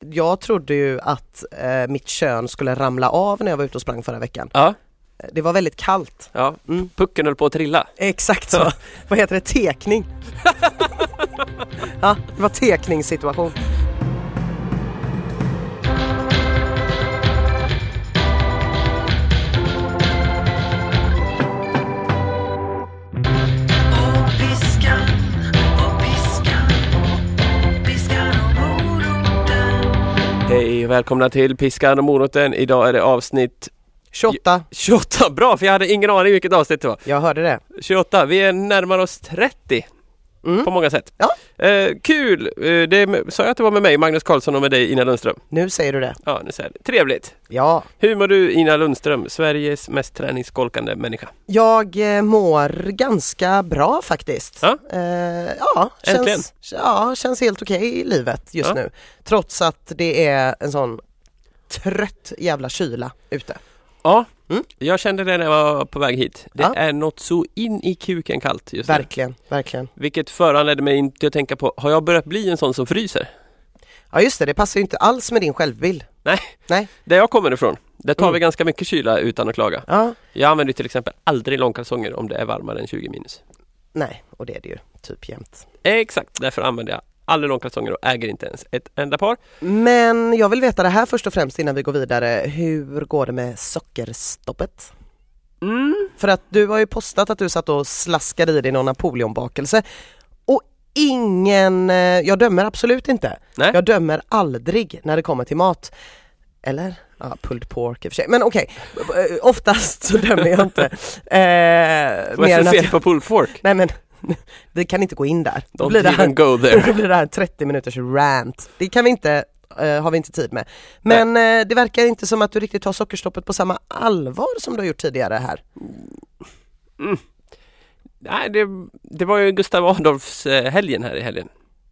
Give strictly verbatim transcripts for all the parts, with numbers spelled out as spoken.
jag trodde ju att eh, mitt kön skulle ramla av när jag var ute och sprang förra veckan. Ja. Det var väldigt kallt. Ja, mm. Pucken höll på att trilla. Exakt så. Vad heter det? Tekning. Ja, det var tekningssituation. Hej, välkomna till Piskan och moroten. Idag är det avsnitt tjugoåtta. tjugoåtta, bra, för jag hade ingen aning vilket avsnitt det var. Jag hörde det. tjugoåtta, vi är närmare oss trettio mm. på många sätt. Ja. Eh, kul, eh, det sa jag att det var med mig, Magnus Karlsson, och med dig, Ina Lundström. Nu säger du det. Ja, nu säger jag det. Trevligt. Ja. Hur mår du, Ina Lundström, Sveriges mest träningsskolkande människa? Jag eh, mår ganska bra faktiskt. Ja, eh, ja Äntligen. känns, ja, känns helt okej i livet just Ja. nu. Trots att det är en sån trött jävla kyla ute. Ja, Mm. jag kände det när jag var på väg hit. Det Ja. är något så in i kuken kallt just nu. Verkligen, verkligen. Vilket föranledde mig inte att tänka på, har jag börjat bli en sån som fryser? Ja just det, det passar ju inte alls med din självbild. Nej, Nej. där jag kommer ifrån, där tar Mm. vi ganska mycket kyla utan att klaga. Ja. Jag använder till exempel aldrig långkalsonger om det är varmare än tjugo minus. Nej, och det är det ju typ jämt. Exakt, därför använder jag aldrig långkalsonger och äger inte ens ett enda par. Men jag vill veta det här först och främst innan vi går vidare. Hur går det med sockerstoppet? Mm. För att du har ju postat att du satt och slaskade i dig någon Napoleonbakelse. Och ingen, eh, jag dömer absolut inte. Nej. Jag dömer aldrig när det kommer till mat. Eller? Ja, pulled pork i och för sig. Men okej, okay. Oftast så dömer jag inte. Eh, Vad är det för fel på pulled pork? Nej men, vi kan inte gå in där. Då Don't blir det even här, go there. då blir det här trettio minuters rant. Det kan vi inte, uh, har vi inte tid med. Men uh, det verkar inte som att du riktigt tar sockerstoppet på samma allvar som du har gjort tidigare här. Mm. Nej, det, det var ju Gustav Adolfs eh, helgen här i helgen.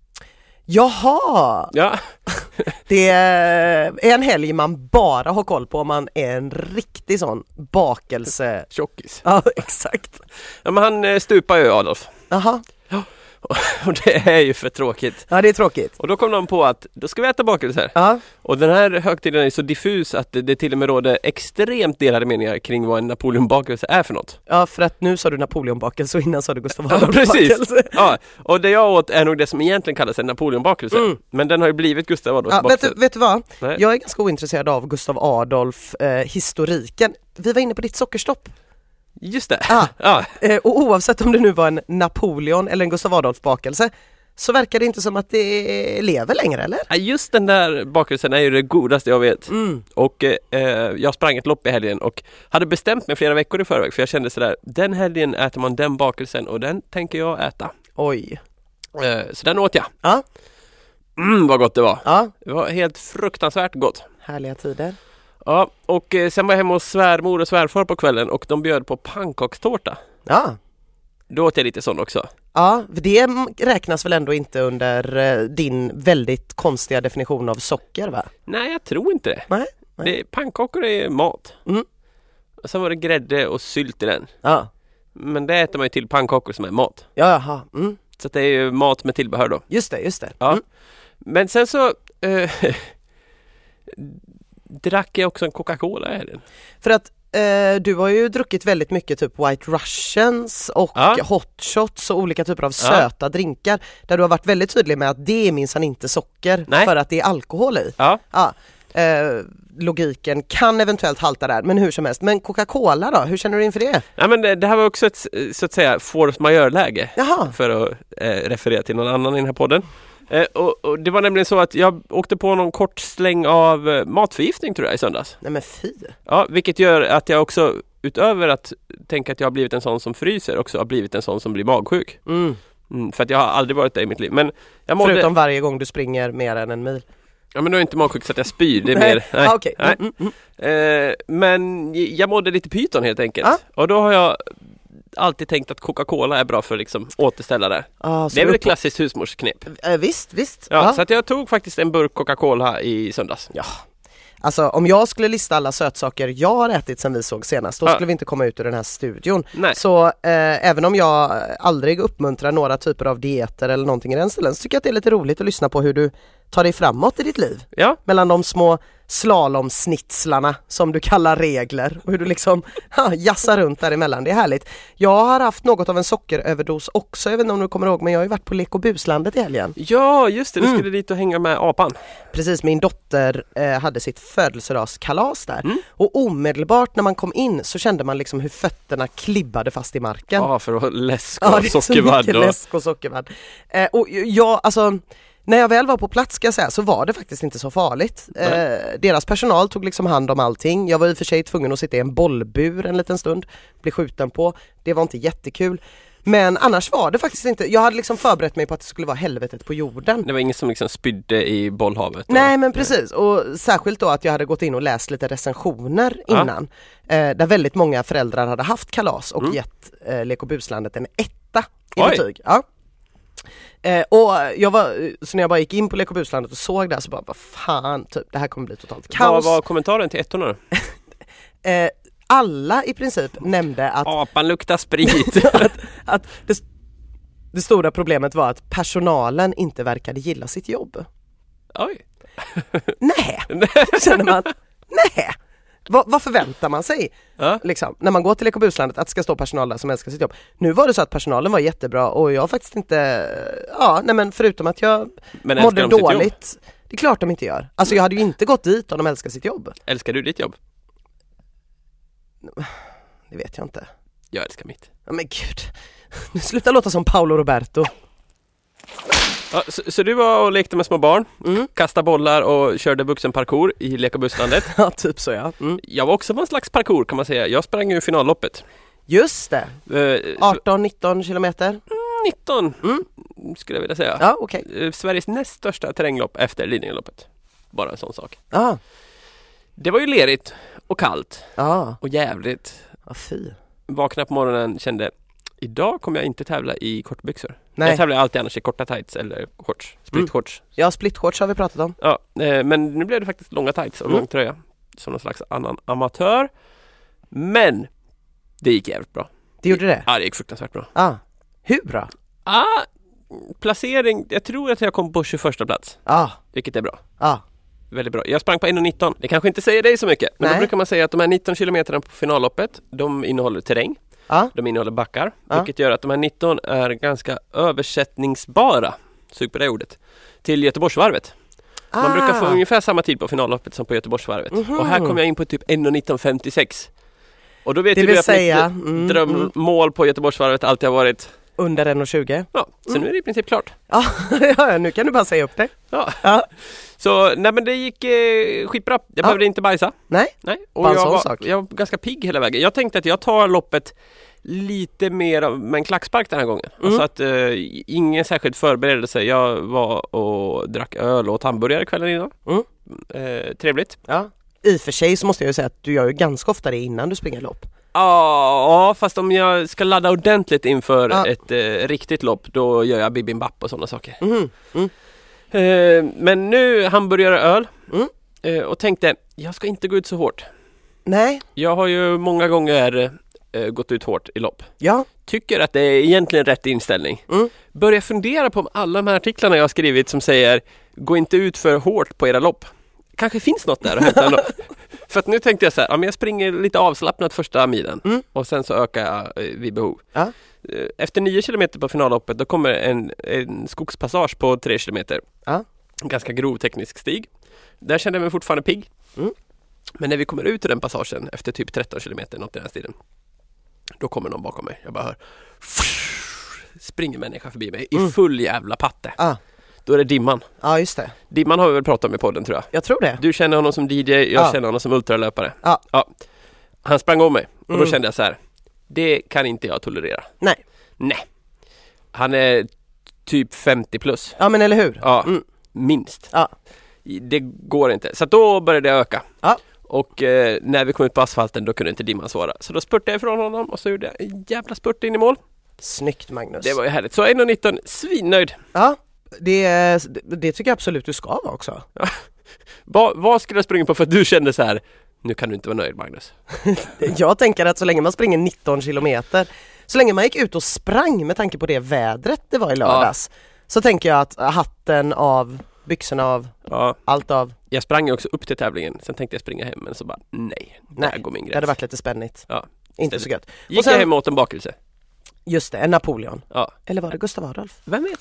Jaha! Ja. Det är en helg man bara har koll på om man är en riktig sån bakelse. Tjockis. Ja, exakt. Ja, men han eh, stupar ju Adolf. Jaha. Och det är ju för tråkigt. Ja, det är tråkigt. Och då kom de på att då ska vi äta bakelser. Ja. Och den här högtiden är så diffus att det, det till och med råder extremt delade meningar kring vad en Napoleonbakelse är för något. Ja, för att nu sa du Napoleonbakelse och innan sa du Gustav Ja, Adolf precis. bakelse. Ja, och det jag åt är nog det som egentligen kallas en Napoleonbakelse. Mm. Men den har ju blivit Gustav Adolfs Ja, vet, bakelse. du, vet du vad? Nej. Jag är ganska ointresserad av Gustav Adolf eh, historiken. Vi var inne på ditt sockerstopp. Just det. Ah. Ja. Eh, och oavsett om det nu var en Napoleon eller en Gustav Adolf bakelse så verkar det inte som att det lever längre, eller? Ja, just den där bakelsen är ju det godaste jag vet. Mm. Och eh, jag sprang ett lopp i helgen och hade bestämt mig flera veckor i förväg, för jag kände sådär, den helgen äter man den bakelsen och den tänker jag äta. Oj. Eh, så den åt jag. Ja. Mm, vad gott det var. Ja, Det var helt fruktansvärt gott. härliga tider. Ja, och eh, sen var jag hemma hos svärmor och svärfar på kvällen och de bjöd på pannkakstårta. Ja. Då åt jag lite sån också. Ja, det räknas väl ändå inte under eh, din väldigt konstiga definition av socker, va? Nej, jag tror inte det. Nej. nej. det pannkakor är mat. Mm. Och sen var det grädde och sylt i den. Ja. Men det äter man ju till pannkakor som är mat. Ja, jaha. Mm. Så att det är ju mat med tillbehör då. Just det, just det. Ja. Mm. Men sen så eh, drack jag också en Coca-Cola i helgen. För att eh, du har ju druckit väldigt mycket typ White Russians och Ja. hot shots och olika typer av söta drinkar där du har varit väldigt tydlig med att det är minsann inte socker. Nej. För att det är alkohol i. Ja. Ja. Eh, logiken kan eventuellt halta där, men hur som helst. Men Coca-Cola då, hur känner du inför det? Nej, men det, det här var också ett, så att säga, force majeure-läge. Jaha. För att eh, referera till någon annan i den här podden. Eh, och, och det var nämligen så att jag åkte på någon kort släng av eh, matförgiftning tror jag i söndags. Nej men fy. Ja, vilket gör att jag också, utöver att tänka att jag har blivit en sån som fryser, också har blivit en sån som blir magsjuk. Mm. Mm, för att jag har aldrig varit det i mitt liv. Men jag mådde... Förutom varje gång du springer mer än en mil. Ja, men då är inte magsjuk så att jag spyr, det är Nej. mer... Nej. Ah, okay. Nej. Mm, mm, mm. Eh, men jag mådde lite pyton helt enkelt. Ah. Och då har jag alltid tänkt att Coca-Cola är bra för att liksom återställa det. Ah, så Det är väl upp- ett klassiskt husmorsknep. Eh, visst, visst. Ja, Ja. så att jag tog faktiskt en burk Coca-Cola i söndags. Ja. Alltså om jag skulle lista alla sötsaker jag har ätit sen vi såg senast, då Ja. skulle vi inte komma ut ur den här studion. Nej. Så eh, även om jag aldrig uppmuntrar några typer av dieter eller någonting i den stilen, så tycker jag att det är lite roligt att lyssna på hur du ta dig framåt i ditt liv. Ja. Mellan de små slalomsnitslarna som du kallar regler och hur du liksom ha, jassar runt däremellan. Det är härligt. Jag har haft något av en sockeröverdos också, jag vet inte om du kommer ihåg, men jag har ju varit på Lek och buslandet i helgen. Ja, just det. Du skulle Mm. dit och hänga med apan. Precis, min dotter eh, hade sitt födelsedagskalas där. Mm. Och omedelbart när man kom in så kände man liksom hur fötterna klibbade fast i marken. Ja, för att läsk Ja, och det är så sockervadd. mycket Och... läsk och sockervadd. Eh, och jag, alltså, när jag väl var på plats ska jag säga så var det faktiskt inte så farligt. Eh, deras personal tog liksom hand om allting. Jag var i och för sig tvungen att sitta i en bollbur en liten stund, bli skjuten på. Det var inte jättekul. Men annars var det faktiskt inte, jag hade liksom förberett mig på att det skulle vara helvetet på jorden. Det var ingen som liksom spydde i bollhavet? Och... Nej men precis, och särskilt då att jag hade gått in och läst lite recensioner innan. Eh, där väldigt många föräldrar hade haft kalas och Mm. gett eh, Lek och buslandet en etta i Oj. betyg. Ja. Eh, och jag var, så när jag bara gick in på Lek och buslandet och såg det här så bara, vad fan, typ, det här kommer bli totalt Vad kaos. var kommentaren till ettorna? Eh, alla i princip nämnde att, Apan luktar sprit. att, att det, det stora problemet var att personalen inte verkade gilla sitt jobb. Oj. Nej, känner man. Nej. Vad, vad förväntar man sig Ja. liksom, när man går till Lek och buslandet att det ska stå personal där som älskar sitt jobb? Nu var det så att personalen var jättebra och jag faktiskt inte, ja, nej men förutom att jag Men mådde älskar de sitt jobb? dåligt. Det är klart de inte gör. Alltså jag hade ju inte gått dit om de älskar sitt jobb. Älskar du ditt jobb? Det vet jag inte. Jag älskar mitt. Ja, men gud. Nu slutar låta som Paolo Roberto. Ja, så, så du var och lekte med små barn, Mm. kastade bollar och körde vuxenparkour i Lek och buslandet. Ja, typ så ja. Mm. Jag var också på en slags parkour kan man säga. Jag sprang ju finalloppet. Just det. Eh, arton nitton kilometer. nitton Mm. skulle jag vilja säga. Ja, okej. Eh, Sveriges näst största terränglopp efter Lidingöloppet. Bara en sån sak. Ja. Det var ju lerigt och kallt Ja. och jävligt. Ja, fy. Vaknade på morgonen, kände idag kommer jag inte tävla i kortbyxor. Nej. Jag tävlar alltid annars i korta tights eller shorts, split-shorts. Ja, splitshorts har vi pratat om. Ja, eh, men nu blev det faktiskt långa tights och Mm. lång tröja. Som någon slags annan amatör. Men det gick jävligt bra. Det gjorde det? Ja, det gick fruktansvärt bra. Ja. Hur bra? Ah, placering, jag tror att jag kom på tjugoförsta plats. Ja. Vilket är bra. Ja. Väldigt bra. Jag sprang på en nitton. Det kanske inte säger dig så mycket. Men Nej. då brukar man säga att de här nitton kilometerna på finalloppet, de innehåller terräng. Ja. De innehåller backar. Ja. Vilket gör att de här nitton är ganska översättningsbara, sug på det ordet, till Göteborgsvarvet. Man brukar få ungefär samma tid på finalloppet som på Göteborgsvarvet. Mhm. Och här kom jag in på typ en nitton femtiosex. Och då vet Det ju vill du att säga, mitt mm, drömmål på Göteborgsvarvet alltid har varit, Under en tjugo. ja, så Mm. nu är det i princip klart. Ja, ja, nu kan du bara säga upp det. Ja. Ja. Så nej, men det gick eh, skitbra. Jag Ja. behövde inte bajsa. Nej. Nej. Och Bara en jag sån var, sak. jag var ganska pigg hela vägen. Jag tänkte att jag tar loppet lite mer av- med en klackspark den här gången. Mm. Alltså att eh, ingen särskilt förberedelse. Jag var och drack öl och åt hamburgare kvällen innan. Mm. Eh, trevligt. Ja. I och för sig så måste jag ju säga att du gör ju ganska ofta det innan du springer lopp. Ja, fast om jag ska ladda ordentligt inför Ja. ett eh, riktigt lopp, då gör jag bibimbap och sådana saker. Mhm. Mm. Eh, men nu hamburgare, öl Mm. eh, och tänkte, jag ska inte gå ut så hårt. Nej. Jag har ju många gånger eh, gått ut hårt i lopp. Ja. Tycker att det är egentligen rätt inställning. Mm. Börjar fundera på om alla de här artiklarna jag har skrivit som säger, gå inte ut för hårt på era lopp. Kanske finns något där att hämta ändå. För att nu tänkte jag så här, ja, men jag springer lite avslappnat första milen Mm. och sen så ökar jag eh, vid behov. Ja. Eh, Efter nio kilometer på finalloppet då kommer en, en skogspassage på tre kilometer. Ja. En ganska grov teknisk stig. Där kände jag mig fortfarande pigg. Mm. Men när vi kommer ut ur den passagen efter typ tretton kilometer, något i den här stilen, då kommer någon bakom mig. Jag bara hör springer människa förbi mig Mm. i full jävla patte. Ah. Då är det Dimman. Ja, just det. Dimman har vi väl pratat om i podden tror jag. Jag tror det. Du känner honom som D J, jag Ja. känner honom som ultralöpare. Ja. Ja. Han sprang om mig och Mm. då kände jag så här, det kan inte jag tolerera. Nej. Nej. Han är typ femtio plus. Ja, men eller hur? Ja, Mm. minst. Ja. Det går inte. Så att då började det öka. Ja. Och eh, när vi kom ut på asfalten då kunde inte Dimman svara. Så då spurtade jag ifrån honom och så gjorde jag en jävla spurt in i mål. Snyggt, Magnus. Det var ju härligt. Så en nitton, svinnöjd. Ja, det, det, det tycker jag absolut du ska vara också. Va, vad skulle jag springa på för att du kände så här, nu kan du inte vara nöjd Magnus? Jag tänker att så länge man springer nitton kilometer, så länge man gick ut och sprang med tanke på det vädret det var i lördags, så tänker jag att hatten av byxorna av, Ja. allt av. Jag sprang ju också upp till tävlingen. Sen tänkte jag springa hem, men så bara nej, där Nej, går min gräns. Det hade varit lite spännigt. Ja. Inte så gött. Gick Och sen, jag hem och åt en bakelse. Just det, en Napoleon. Ja. Eller var det Gustav Adolf? Vem vet?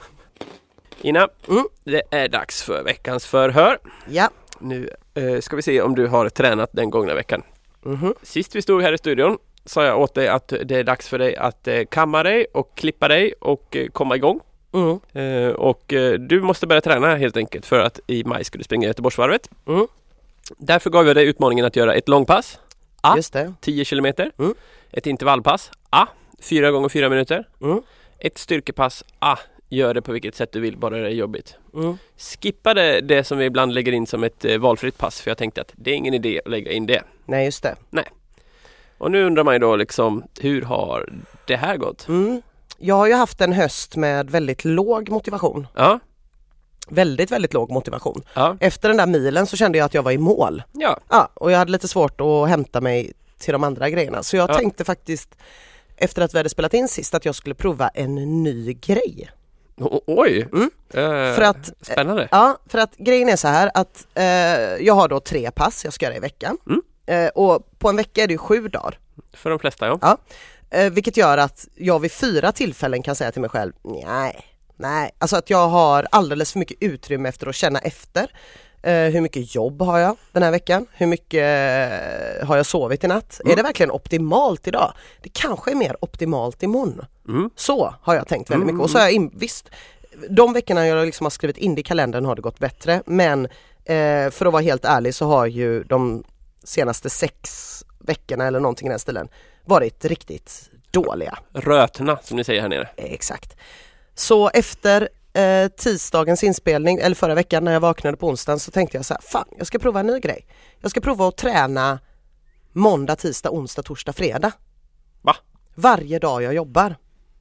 Ina, Mm. det är dags för veckans förhör. Ja. Nu eh, ska vi se om du har tränat den gångna veckan. Mhm. Sist vi stod här i studion sa jag åt dig att det är dags för dig att eh, kamma dig och klippa dig och eh, komma igång. Mm. Eh, och eh, du måste börja träna helt enkelt för att i maj ska du springa Göteborgsvarvet. Mm. Därför gav jag dig utmaningen att göra ett långpass. A. Just det. tio kilometer. Mm. Ett intervallpass. A. fyra gånger fyra minuter. Mm. Ett styrkepass. A. Gör det på vilket sätt du vill, bara det är jobbigt. Mm. Skippade det som vi ibland lägger in som ett eh, valfritt pass, för jag tänkte att det är ingen idé att lägga in det. Nej, just det. Och nu undrar man ju då liksom, hur har det här gått? Mm. Jag har ju haft en höst med väldigt låg motivation. Ja, Väldigt, väldigt låg motivation. ja, Efter den där milen så kände jag att jag var i mål. ja. Ja, och jag hade lite svårt att hämta mig till de andra grejerna. Så jag Ja. tänkte faktiskt, efter att vi hade spelat in sist, att jag skulle prova en ny grej. O- oj! Mm. Eh, För att, spännande. ja, för att grejen är så här att eh, jag har då tre pass jag ska göra i veckan. Mm. Eh, och på en vecka är det ju sju dagar. För de flesta, ja. Ja. Eh, vilket gör att jag vid fyra tillfällen kan säga till mig själv, nej, nej. Alltså att jag har alldeles för mycket utrymme efter att känna efter. Eh, hur mycket jobb har jag den här veckan? Hur mycket eh, har jag sovit i natt? Mm. Är det verkligen optimalt idag? Det kanske är mer optimalt imorgon. Mm. Så har jag tänkt väldigt Mm, mycket. Och så har jag in, visst, de veckorna jag liksom har skrivit in det i kalendern har det gått bättre. Men eh, för att vara helt ärlig så har ju de senaste sex veckorna eller någonting i den stilen varit riktigt dåliga. Rötna, som ni säger här nere. Exakt. Så efter eh, tisdagens inspelning, eller förra veckan när jag vaknade på onsdagen, så tänkte jag så här, fan, jag ska prova en ny grej. Jag ska prova att träna måndag, tisdag, onsdag, torsdag, fredag. Va? Varje dag jag jobbar.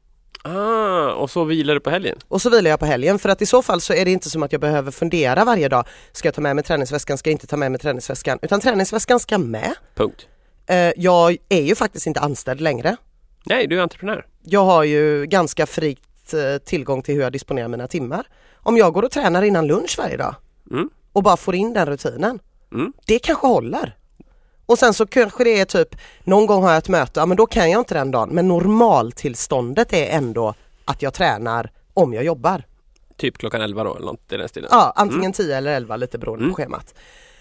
Ah, och så vilar du på helgen? Och så vilar jag på helgen, för att i så fall så är det inte som att jag behöver fundera varje dag. Ska jag ta med mig träningsväskan, ska jag inte ta med mig träningsväskan? Utan träningsväskan ska med. Punkt. Eh, jag är ju faktiskt inte anställd längre. Nej, du är entreprenör. Jag har ju ganska fritt eh, tillgång till hur jag disponerar mina timmar. Om jag går och tränar innan lunch varje dag Mm. och bara får in den rutinen, Mm. det kanske håller. Och sen så kanske det är typ, någon gång har jag ett möte, ja men då kan jag inte den dagen. Men normaltillståndet är ändå att jag tränar om jag jobbar. Typ klockan elva då, eller något i den stilen. Ja, antingen tio eller elva, lite beroende Mm. på schemat.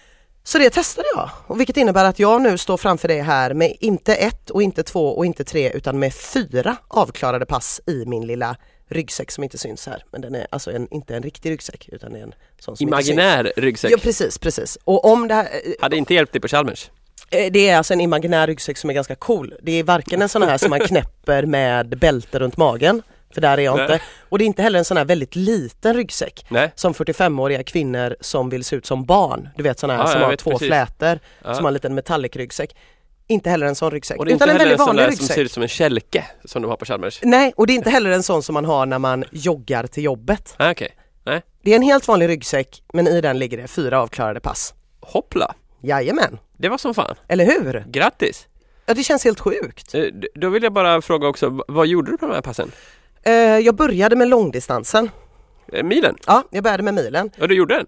Så det testade jag, och vilket innebär att jag nu står framför dig här med inte ett och inte två och inte tre, utan med fyra avklarade pass i min lilla ryggsäck som inte syns här. Men den är alltså en, inte en riktig ryggsäck, utan en sån som Imaginär inte syns. ryggsäck. Ja, precis, precis. Och om det här, Hade inte hjälpt dig på Chalmers. eh, det är alltså en imaginär ryggsäck som är ganska cool. Det är varken en sån här som man knäpper med bälte runt magen, för där är jag Nej. inte. Och det är inte heller en sån här väldigt liten ryggsäck. Nej. Som fyrtiofemåriga kvinnor som vill se ut som barn. Du vet såna här Ja, som jag har vet två precis. flätor, Ja. som har en liten metallic-ryggsäck. Inte heller en sån ryggsäck, Och det är utan inte en heller en väldigt sån vanlig där som ryggsäck. ser ut som en kälke som de har på Chalmers. Nej, och det är inte heller en sån som man har när man joggar till jobbet. Ah, okej. Nej. Det är en helt vanlig ryggsäck, men i den ligger det fyra avklarade pass. Hoppla. Jajamän, Det var som fan. eller hur? Grattis. Ja, det känns helt sjukt. Eh, d- Då vill jag bara fråga också, v- vad gjorde du på de här passen? Eh, jag började med långdistansen. Eh, Milen? Ja, jag började med milen. Ja, du gjorde den?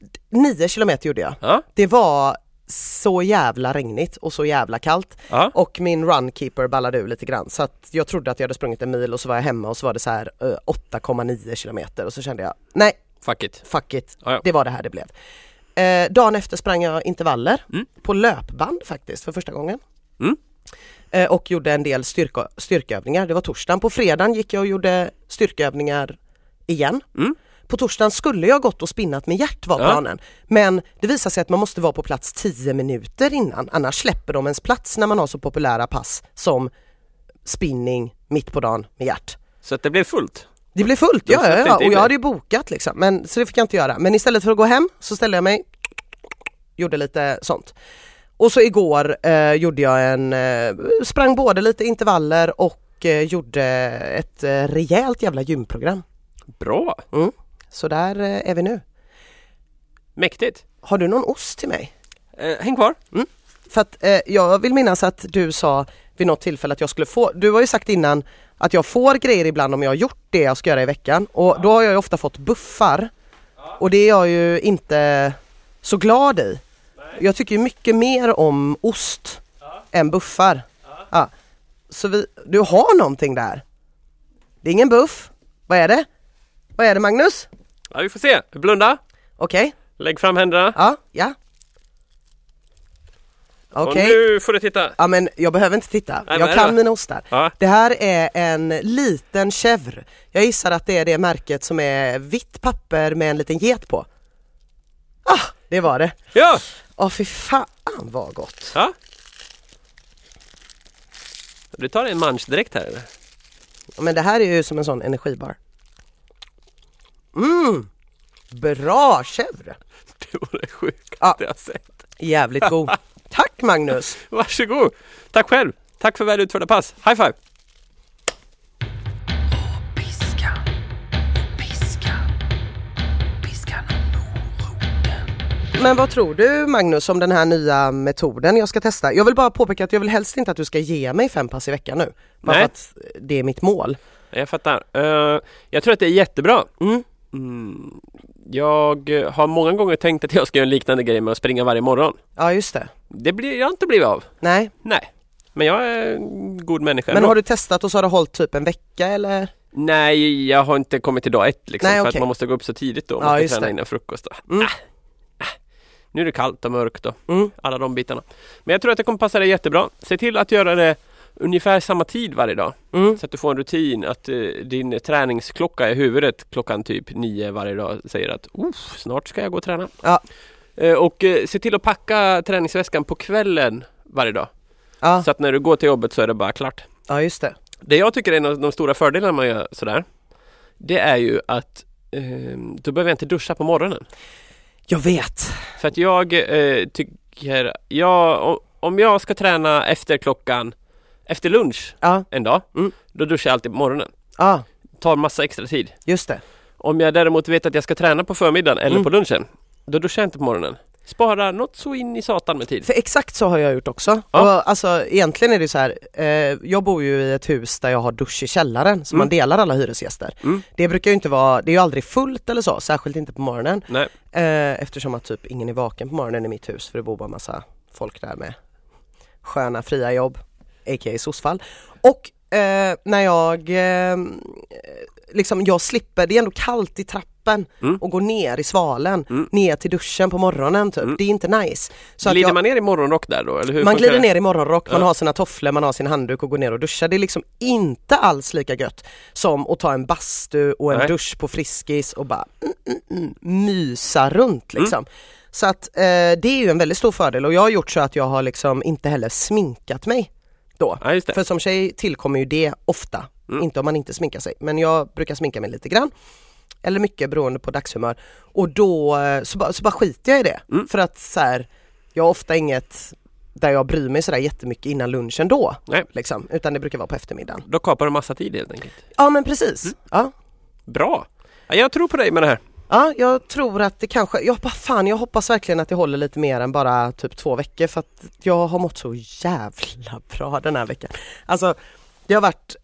Nio kilometer gjorde jag. Ja. Det var så jävla regnigt och så jävla kallt. Ja. Och min runkeeper ballade ur lite grann, så att jag trodde att jag hade sprungit en mil och så var jag hemma och så var det så här eh, åtta komma nio kilometer och så kände jag, nej, Fuck it. fuck it, Ja, ja. det var det här det blev. Eh, dagen efter sprang jag intervaller Mm. på löpband faktiskt för första gången. Mm. Eh, och gjorde en del styrka, styrkeövningar, det var torsdagen. På fredagen gick jag och gjorde styrkeövningar igen. Mm. På torsdagen skulle jag gått och spinnat med hjärt var Ja. planen. Men det visar sig att man måste vara på plats tio minuter innan. Annars släpper de ens plats när man har så populära pass som spinning mitt på dagen med hjärt. Så att det blev fullt. Det blev fullt, De ja, ja, släppte ja. inte in Och jag det. hade ju bokat liksom. Men, så det fick jag inte göra. Men istället för att gå hem så ställde jag mig, gjorde lite sånt. Och så igår eh, gjorde jag en, eh, sprang både lite intervaller och eh, gjorde ett eh, rejält jävla gymprogram. Bra. Mm. Så där eh, är vi nu. Mäktigt. Har du någon ost till mig? Eh, häng kvar. För att eh, jag vill minnas att du sa vid något tillfälle att jag skulle få, du har ju sagt innan att jag får grejer ibland om jag har gjort det jag ska göra i veckan, och då har jag ju ofta fått buffar Och det är jag ju inte så glad i. Nej. Jag tycker ju mycket mer om ost ja. än buffar. Ja. Ja. Så vi, du har någonting där. Det är ingen buff. Vad är det? Vad är det, Magnus? Ja, vi får se. Blunda. Okej. Okay. Lägg fram händerna. Ja, ja. Okej. Okay. Och nu får du titta. Ja, men jag behöver inte titta. Nej, jag kan det? mina ostar. Ja. Det här är en liten chèvre. Jag gissar att det är det märket som är vitt papper med en liten get på. Ah, det var det. Ja. Åh, fy fan vad gott. Ja. Du tar en munch direkt här eller? Men det här är ju som en sån energibar. Mm. Bra chèvre. Det var det sjukaste ja. jag sett. Jävligt god. Tack Magnus. Varsågod. Tack själv. Tack för väl utförda pass. High five. Piskan, piskan, piskan och moroten. Men vad tror du Magnus om den här nya metoden jag ska testa? Jag vill bara påpeka att jag vill helst inte att du ska ge mig fem pass i veckan nu. Bara för att det är mitt mål. Jag fattar. Uh, jag tror att det är jättebra. Mm. Mm. Jag har många gånger tänkt att jag ska göra en liknande grej med att springa varje morgon. Ja, just det. Det blir jag inte blivit av. Nej. Nej. Men jag är en god människa. Men ändå. Har du testat och så har det hållit typ en vecka eller? Nej, jag har inte kommit till dag ett liksom. Nej, för okay. att man måste gå upp så tidigt då. Man ja, ska träna det. innan frukost då. Mm. Äh. Äh. Nu är det kallt och mörkt och mm. alla de bitarna. Men jag tror att det kommer passa dig jättebra. Se till att göra det ungefär samma tid varje dag. Mm. Så att du får en rutin att uh, din träningsklocka i huvudet klockan typ nio varje dag säger att snart ska jag gå och träna. Ja. Uh, och uh, se till att packa träningsväskan på kvällen varje dag. Ja. Så att när du går till jobbet så är det bara klart. Ja, just det. Det jag tycker är en av de stora fördelarna man gör sådär, det är ju att uh, du behöver inte duscha på morgonen. Jag vet. För att jag uh, tycker, jag, om jag ska träna efter klockan efter lunch ja. en dag, mm. då duschar jag alltid på morgonen. Ja. Tar massa extra tid. Just det. Om jag däremot vet att jag ska träna på förmiddagen eller mm. på lunchen, då duschar jag inte på morgonen. Spara något så in i satan med tid. För exakt så har jag gjort också. Ja. Och alltså egentligen är det så här, eh, jag bor ju i ett hus där jag har dusch i källaren så mm. man delar alla hyresgäster. Mm. Det brukar ju inte vara, det är ju aldrig fullt eller så, särskilt inte på morgonen. Nej. Eh, eftersom att typ ingen är vaken på morgonen i mitt hus för det bor bara massa folk där med sköna fria jobb, a k a sossfall. Och eh, när jag eh, liksom jag slipper, det är ändå kallt i trappen mm. och går ner i svalen, mm. ner till duschen på morgonen typ. Mm. Det är inte nice. Så glider att jag, man ner i morgonrock där då? Eller hur man glider det? ner i morgonrock, man ja. har sina tofflor, man har sin handduk och går ner och duschar. Det är liksom inte alls lika gött som att ta en bastu och en Nej. dusch på Friskis och bara mm, mm, mm, mysa runt liksom. Mm. Så att eh, det är ju en väldigt stor fördel och jag har gjort så att jag har liksom inte heller sminkat mig då. Ja, för som tjej tillkommer ju det ofta, mm. inte om man inte sminkar sig. Men jag brukar sminka mig lite grann, eller mycket beroende på dagshumör. Och då så bara, så bara skiter jag i det. Mm. För att så här, jag har ofta inget där jag bryr mig sådär jättemycket innan lunchen då. Nej. Liksom, utan det brukar vara på eftermiddagen. Då kapar du massa tid helt enkelt. Ja men precis. Mm. Ja. Bra. Ja, jag tror på dig med det här. Ja, jag tror att det kanske, jag bara fan, jag hoppas verkligen att det håller lite mer än bara typ två veckor för att jag har mått så jävla bra den här veckan. Alltså, det har varit,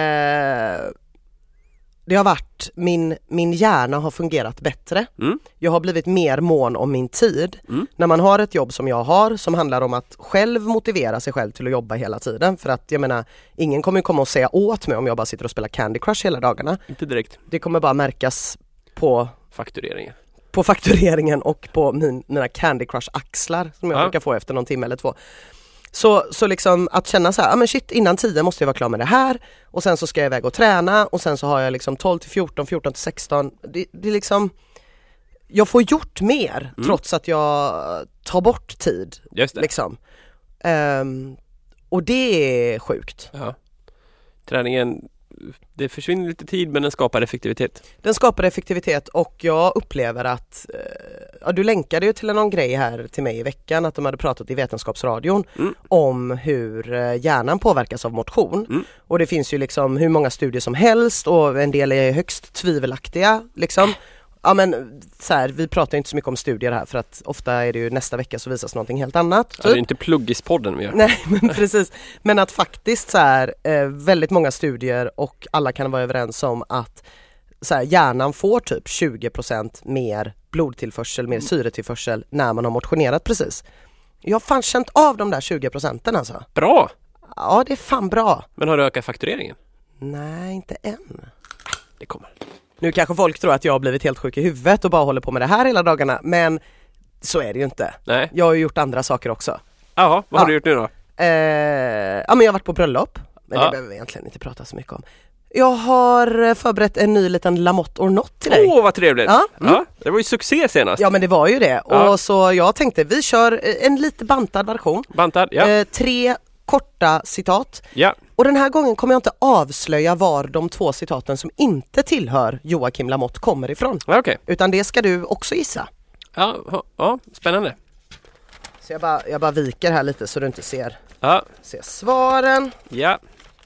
eh, det har varit, min, min hjärna har fungerat bättre. Mm. Jag har blivit mer mån om min tid. Mm. När man har ett jobb som jag har som handlar om att själv motivera sig själv till att jobba hela tiden. För att jag menar, ingen kommer komma och säga åt mig om jag bara sitter och spelar Candy Crush hela dagarna. Inte direkt. Det kommer bara märkas på faktureringen. På faktureringen och på min, mina Candy Crush-axlar som jag ja. brukar få efter någon timme eller två. Så, så liksom att känna så här, ah, men shit, innan tio måste jag vara klar med det här och sen så ska jag iväg och träna och sen så har jag liksom tolv till fjorton, fjorton till sexton. Det, det är liksom, jag får gjort mer mm. trots att jag tar bort tid. Just det. Liksom. Um, och det är sjukt. Ja. Träningen, det försvinner lite tid men den skapar effektivitet. Den skapar effektivitet och jag upplever att ja, du länkade ju till någon grej här till mig i veckan att de hade pratat i Vetenskapsradion mm. om hur hjärnan påverkas av motion. Mm. Och det finns ju liksom hur många studier som helst och en del är högst tvivelaktiga liksom. Ja men så här, vi pratar inte så mycket om studier här för att ofta är det ju nästa vecka så visas någonting helt annat. Typ. Ja, det är inte pluggispodden vi gör. Nej men precis, men att faktiskt så här, eh, väldigt många studier och alla kan vara överens om att så här, hjärnan får typ tjugo procent mer blodtillförsel, mer syretillförsel när man har motionerat precis. Jag har fan känt av de där tjugo procenten alltså. Bra! Ja, det är fan bra. Men har du ökat faktureringen? Nej, inte än. Det kommer. Nu kanske folk tror att jag har blivit helt sjuk i huvudet och bara håller på med det här hela dagarna, men så är det ju inte. Nej. Jag har ju gjort andra saker också. Jaha, vad Ja. har du gjort nu då? Eh, ja, men jag har varit på bröllop, men Ja. det behöver vi egentligen inte prata så mycket om. Jag har förberett en ny liten Lamotte or not till dig. Åh, oh, vad trevligt! Ja. Mm. Ja, det var ju succé senast. Ja, men det var ju det. Ja. Och så jag tänkte, vi kör en lite bantad version. Bantad, ja. Eh, tre korta citat. ja. Och den här gången kommer jag inte avslöja var de två citaten som inte tillhör Joakim Lamotte kommer ifrån. Ja, okej. Utan det ska du också gissa. Ja, ja, ja, spännande. Så jag bara, jag bara viker här lite så du inte ser, Ja, ser svaren. ja.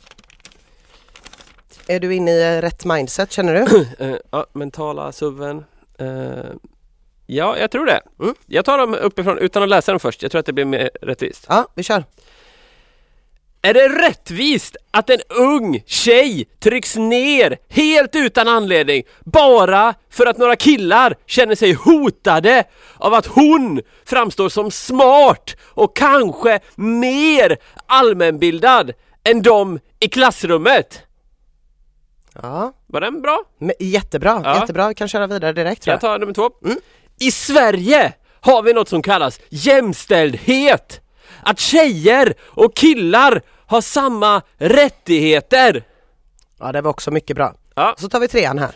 Är du inne i rätt mindset, känner du? Uh, ja, mentala suven. Uh, ja, jag tror det. Mm. Jag tar dem uppifrån utan att läsa dem först. Jag tror att det blir mer rättvist. Ja, vi kör. Är det rättvist att en ung tjej trycks ner helt utan anledning bara för att några killar känner sig hotade av att hon framstår som smart och kanske mer allmänbildad än de i klassrummet? Ja, Var den bra? men jättebra, Ja. jättebra. Vi kan köra vidare direkt, tror Jag jag. tar nummer två. Mm. I Sverige har vi något som kallas jämställdhet. Att tjejer och killar har samma rättigheter. Ja, det var också mycket bra. Ja. Så tar vi trean här.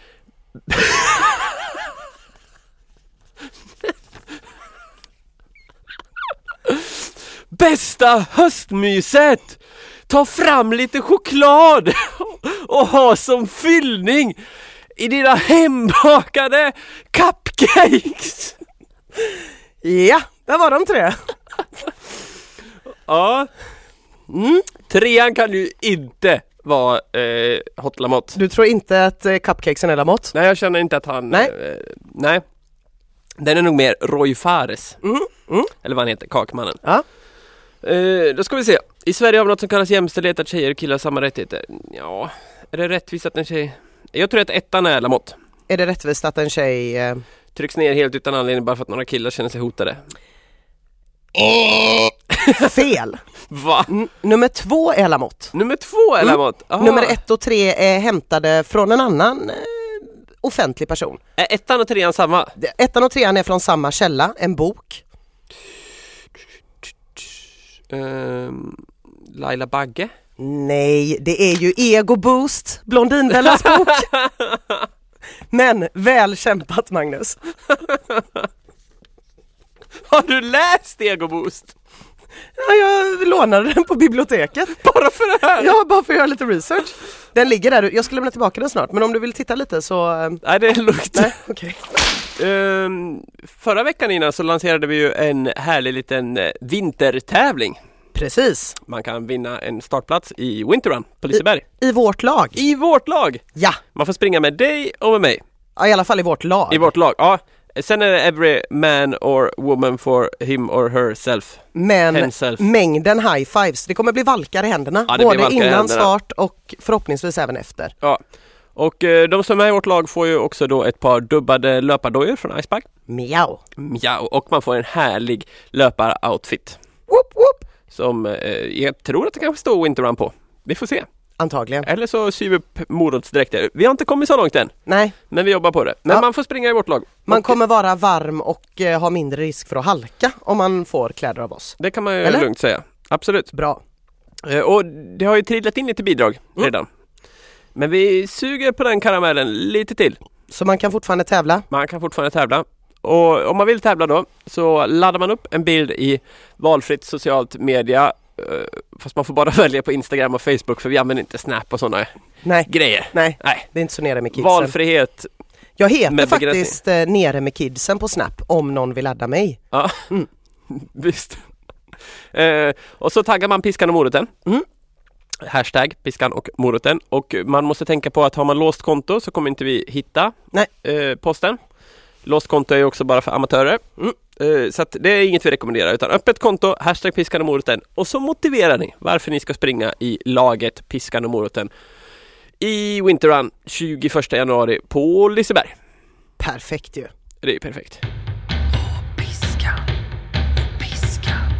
Bästa höstmyset! Ta fram lite choklad och ha som fyllning i dina hembakade cupcakes. Ja, där var de tre. Ja. Mm. Trean kan ju inte vara eh, Hot Lamotte. Du tror inte att eh, cupcakesen är Lamotte? Nej, jag känner inte att han... Nej. Eh, nej. Den är nog mer Roy Fares. Mm. Mm. Eller vad han heter, Kakmannen. Ja. Eh, då ska vi se. I Sverige har vi något som kallas jämställdhet, att tjejer och killar har samma rättigheter. Ja, är det rättvist att en tjej... Jag tror att ettan är Lamotte. Är det rättvist att en tjej... Eh... Trycks ner helt utan anledning bara för att några killar känner sig hotade. Fel! Va? N- nummer två är Lamotte. Nummer två är Mm. Lamotte. Aha. Nummer ett och tre är hämtade från en annan eh, offentlig person. Är ettan och trean samma? Det- Ettan och trean är från samma källa, en bok. Ehm, Laila Bagge? Nej, det är ju Ego Boost, Blondinbellas bok. Men väl kämpat, Magnus. Har du läst Ego Boost? Ja, jag lånade den på biblioteket. Bara för det här? Ja, bara för att göra lite research. Den ligger där, jag ska lämna tillbaka den snart. Men om du vill titta lite så... eh, Nej, det är lugnt. Nej, okej. Ehm, förra veckan innan så lanserade vi ju en härlig liten eh, vintertävling. Precis. Man kan vinna en startplats i Winterrun på Liseberg. I vårt lag. I vårt lag! Ja, Man får springa med dig och med mig. ja, i alla fall i vårt lag. I vårt lag, ja. Sen är det every man or woman for him or herself. Men Himself. mängden high fives, det kommer bli valkar i händerna. Ja, det blir både valkar i innan händerna. start och förhoppningsvis även efter. Ja. Och eh, de som är i vårt lag får ju också då ett par dubbade löpardojor från Icepack. Miau. Ja, och man får en härlig löparoutfit. Whoop, whoop. Som eh, jag tror att det kanske står Winterrun på. Vi får se. Antagligen. Eller så syr vi upp morotsdräkter. Vi har inte kommit så långt än, Nej, men vi jobbar på det. Men Ja. man får springa i vårt lag. man Och kommer vara varm och eh, ha mindre risk för att halka om man får kläder av oss. det kan man ju Eller? lugnt säga. Absolut. Bra. Eh, och det har ju trillat in lite bidrag Mm. redan. Men vi suger på den karamellen lite till. Så man kan fortfarande tävla. Man kan fortfarande tävla. Och om man vill tävla då så laddar man upp en bild i valfritt socialt media. eh, Fast man får bara välja på Instagram och Facebook, för vi använder inte Snap och sådana Nej, grejer. nej, Nej. det är inte så nere med kidsen. Valfrihet. Jag heter med begränsning. faktiskt eh, nere med kidsen på Snap om någon vill ladda mig. Ja, Mm. visst. Eh, och så taggar man piskan och moroten. Mm. Hashtag piskan och moroten. Och man måste tänka på att har man låst konto så kommer inte vi hitta Nej. eh, posten. Låst konto är ju också bara för amatörer. Mm. Eh, så att det är inget vi rekommenderar, utan öppet konto, hashtag piskan och moroten. Och så motiverar ni varför ni ska springa i laget piskan och moroten i Winterrun tjugoförsta januari på Liseberg. Perfekt ju. Det är perfekt. Piskan, piskan,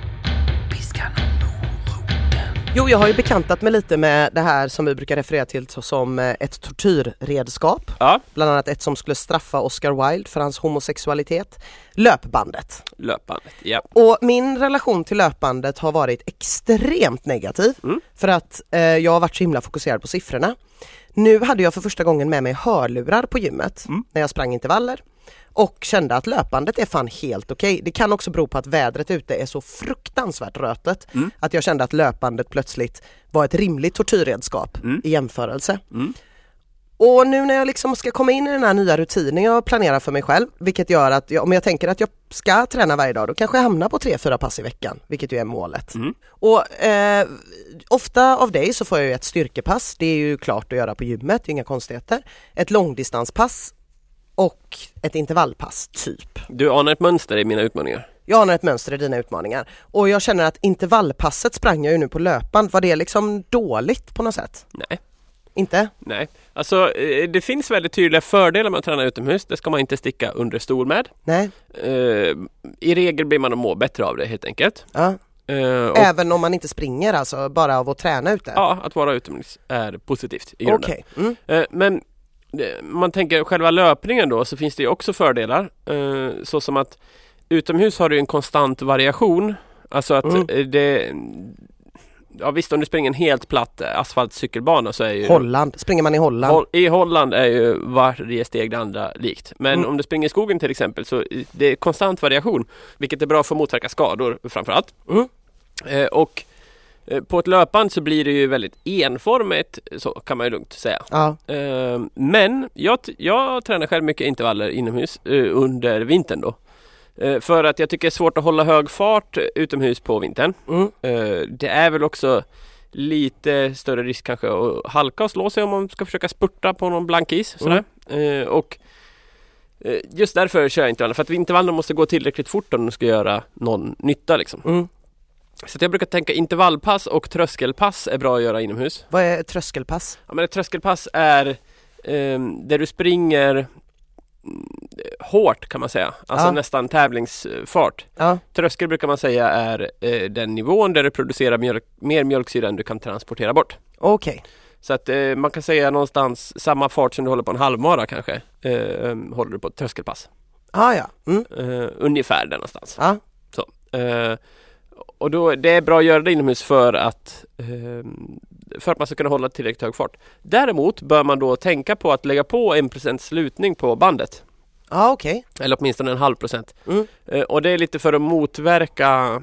piskan och moroten. Jo, jag har ju bekantat mig lite med det här som vi brukar referera till som ett tortyrredskap. Ja, Bland annat ett som skulle straffa Oscar Wilde för hans homosexualitet. Löpbandet. löpbandet. Ja. Och min relation till löpbandet har varit extremt negativ. Mm. För att eh, jag har varit så himla fokuserad på siffrorna. Nu hade jag för första gången med mig hörlurar på gymmet Mm. när jag sprang intervaller. Och kände att löpbandet är fan helt okej. Det kan också bero på att vädret ute är så fruktansvärt rötet. Mm. Att jag kände att löpbandet plötsligt var ett rimligt tortyrredskap Mm. i jämförelse. Mm. Och nu när jag liksom ska komma in i den här nya rutinen jag planerar för mig själv, vilket gör att jag, om jag tänker att jag ska träna varje dag, då kanske jag hamnar på tre, fyra pass i veckan, vilket ju är målet. Mm. Och eh, ofta av dig så får jag ju ett styrkepass, det är ju klart att göra på gymmet, inga konstigheter. Ett långdistanspass och ett intervallpass typ. Du anar ett mönster i mina utmaningar. Jag anar ett mönster i dina utmaningar. Och jag känner att intervallpasset sprang jag ju nu på löpband. Var det liksom dåligt på något sätt? Nej. Inte? Nej, alltså eh, det finns väldigt tydliga fördelar med att träna utomhus. Det ska man inte sticka under stol med. Nej. Eh, I regel blir man att må bättre av det helt enkelt. Ja. Eh, och, Även om man inte springer alltså, bara av att träna ute? ja, att vara utomhus är positivt i grunden. Okej. Mm. Eh, men det, man tänker själva löpningen då, så finns det ju också fördelar. Eh, så som att utomhus har du en konstant variation. Alltså att Mm. eh, det... Ja visst, om du springer en helt platt asfaltcykelbana så är ju... Holland. Springer man i Holland? Hol- I Holland är ju varje steg det andra likt. Men Mm. om du springer i skogen till exempel så i- det är konstant variation. Vilket är bra för att motverka skador framförallt. Mm. Eh, och eh, på ett löpband så blir det ju väldigt enformigt, så kan man ju lugnt säga. Ja. Eh, men jag, t- jag tränar själv mycket intervaller inomhus eh, under vintern då. Eh, för att jag tycker det är svårt att hålla hög fart utomhus på vintern. Mm. Eh, det är väl också lite större risk kanske att halka och slå sig om man ska försöka spurta på någon blank is. Sådär. Eh, och eh, just därför kör jag intervaller. För att intervallerna måste gå tillräckligt fort om de ska göra någon nytta liksom. Mm. Så att jag brukar tänka intervallpass och tröskelpass är bra att göra inomhus. Vad är ett tröskelpass? Ja, men ett tröskelpass är eh, där du springer mm, hårt kan man säga. Alltså Ja. nästan tävlingsfart. Ja. Tröskel brukar man säga är eh, den nivån där du producerar mjölk, mer mjölksyra än du kan transportera bort. Okej. Så att eh, man kan säga någonstans samma fart som du håller på en halvmara kanske eh, håller du på ett tröskelpass. Ah, ja. Mm. Eh, ungefär där någonstans. Ja. Så. Eh, och då det är bra att göra det inomhus för att eh, för att man ska kunna hålla tillräckligt hög fart. Däremot bör man då tänka på att lägga på en procent slutning på bandet. Ja, okej. Eller åtminstone en halv procent. Mm. Eh, och det är lite för att motverka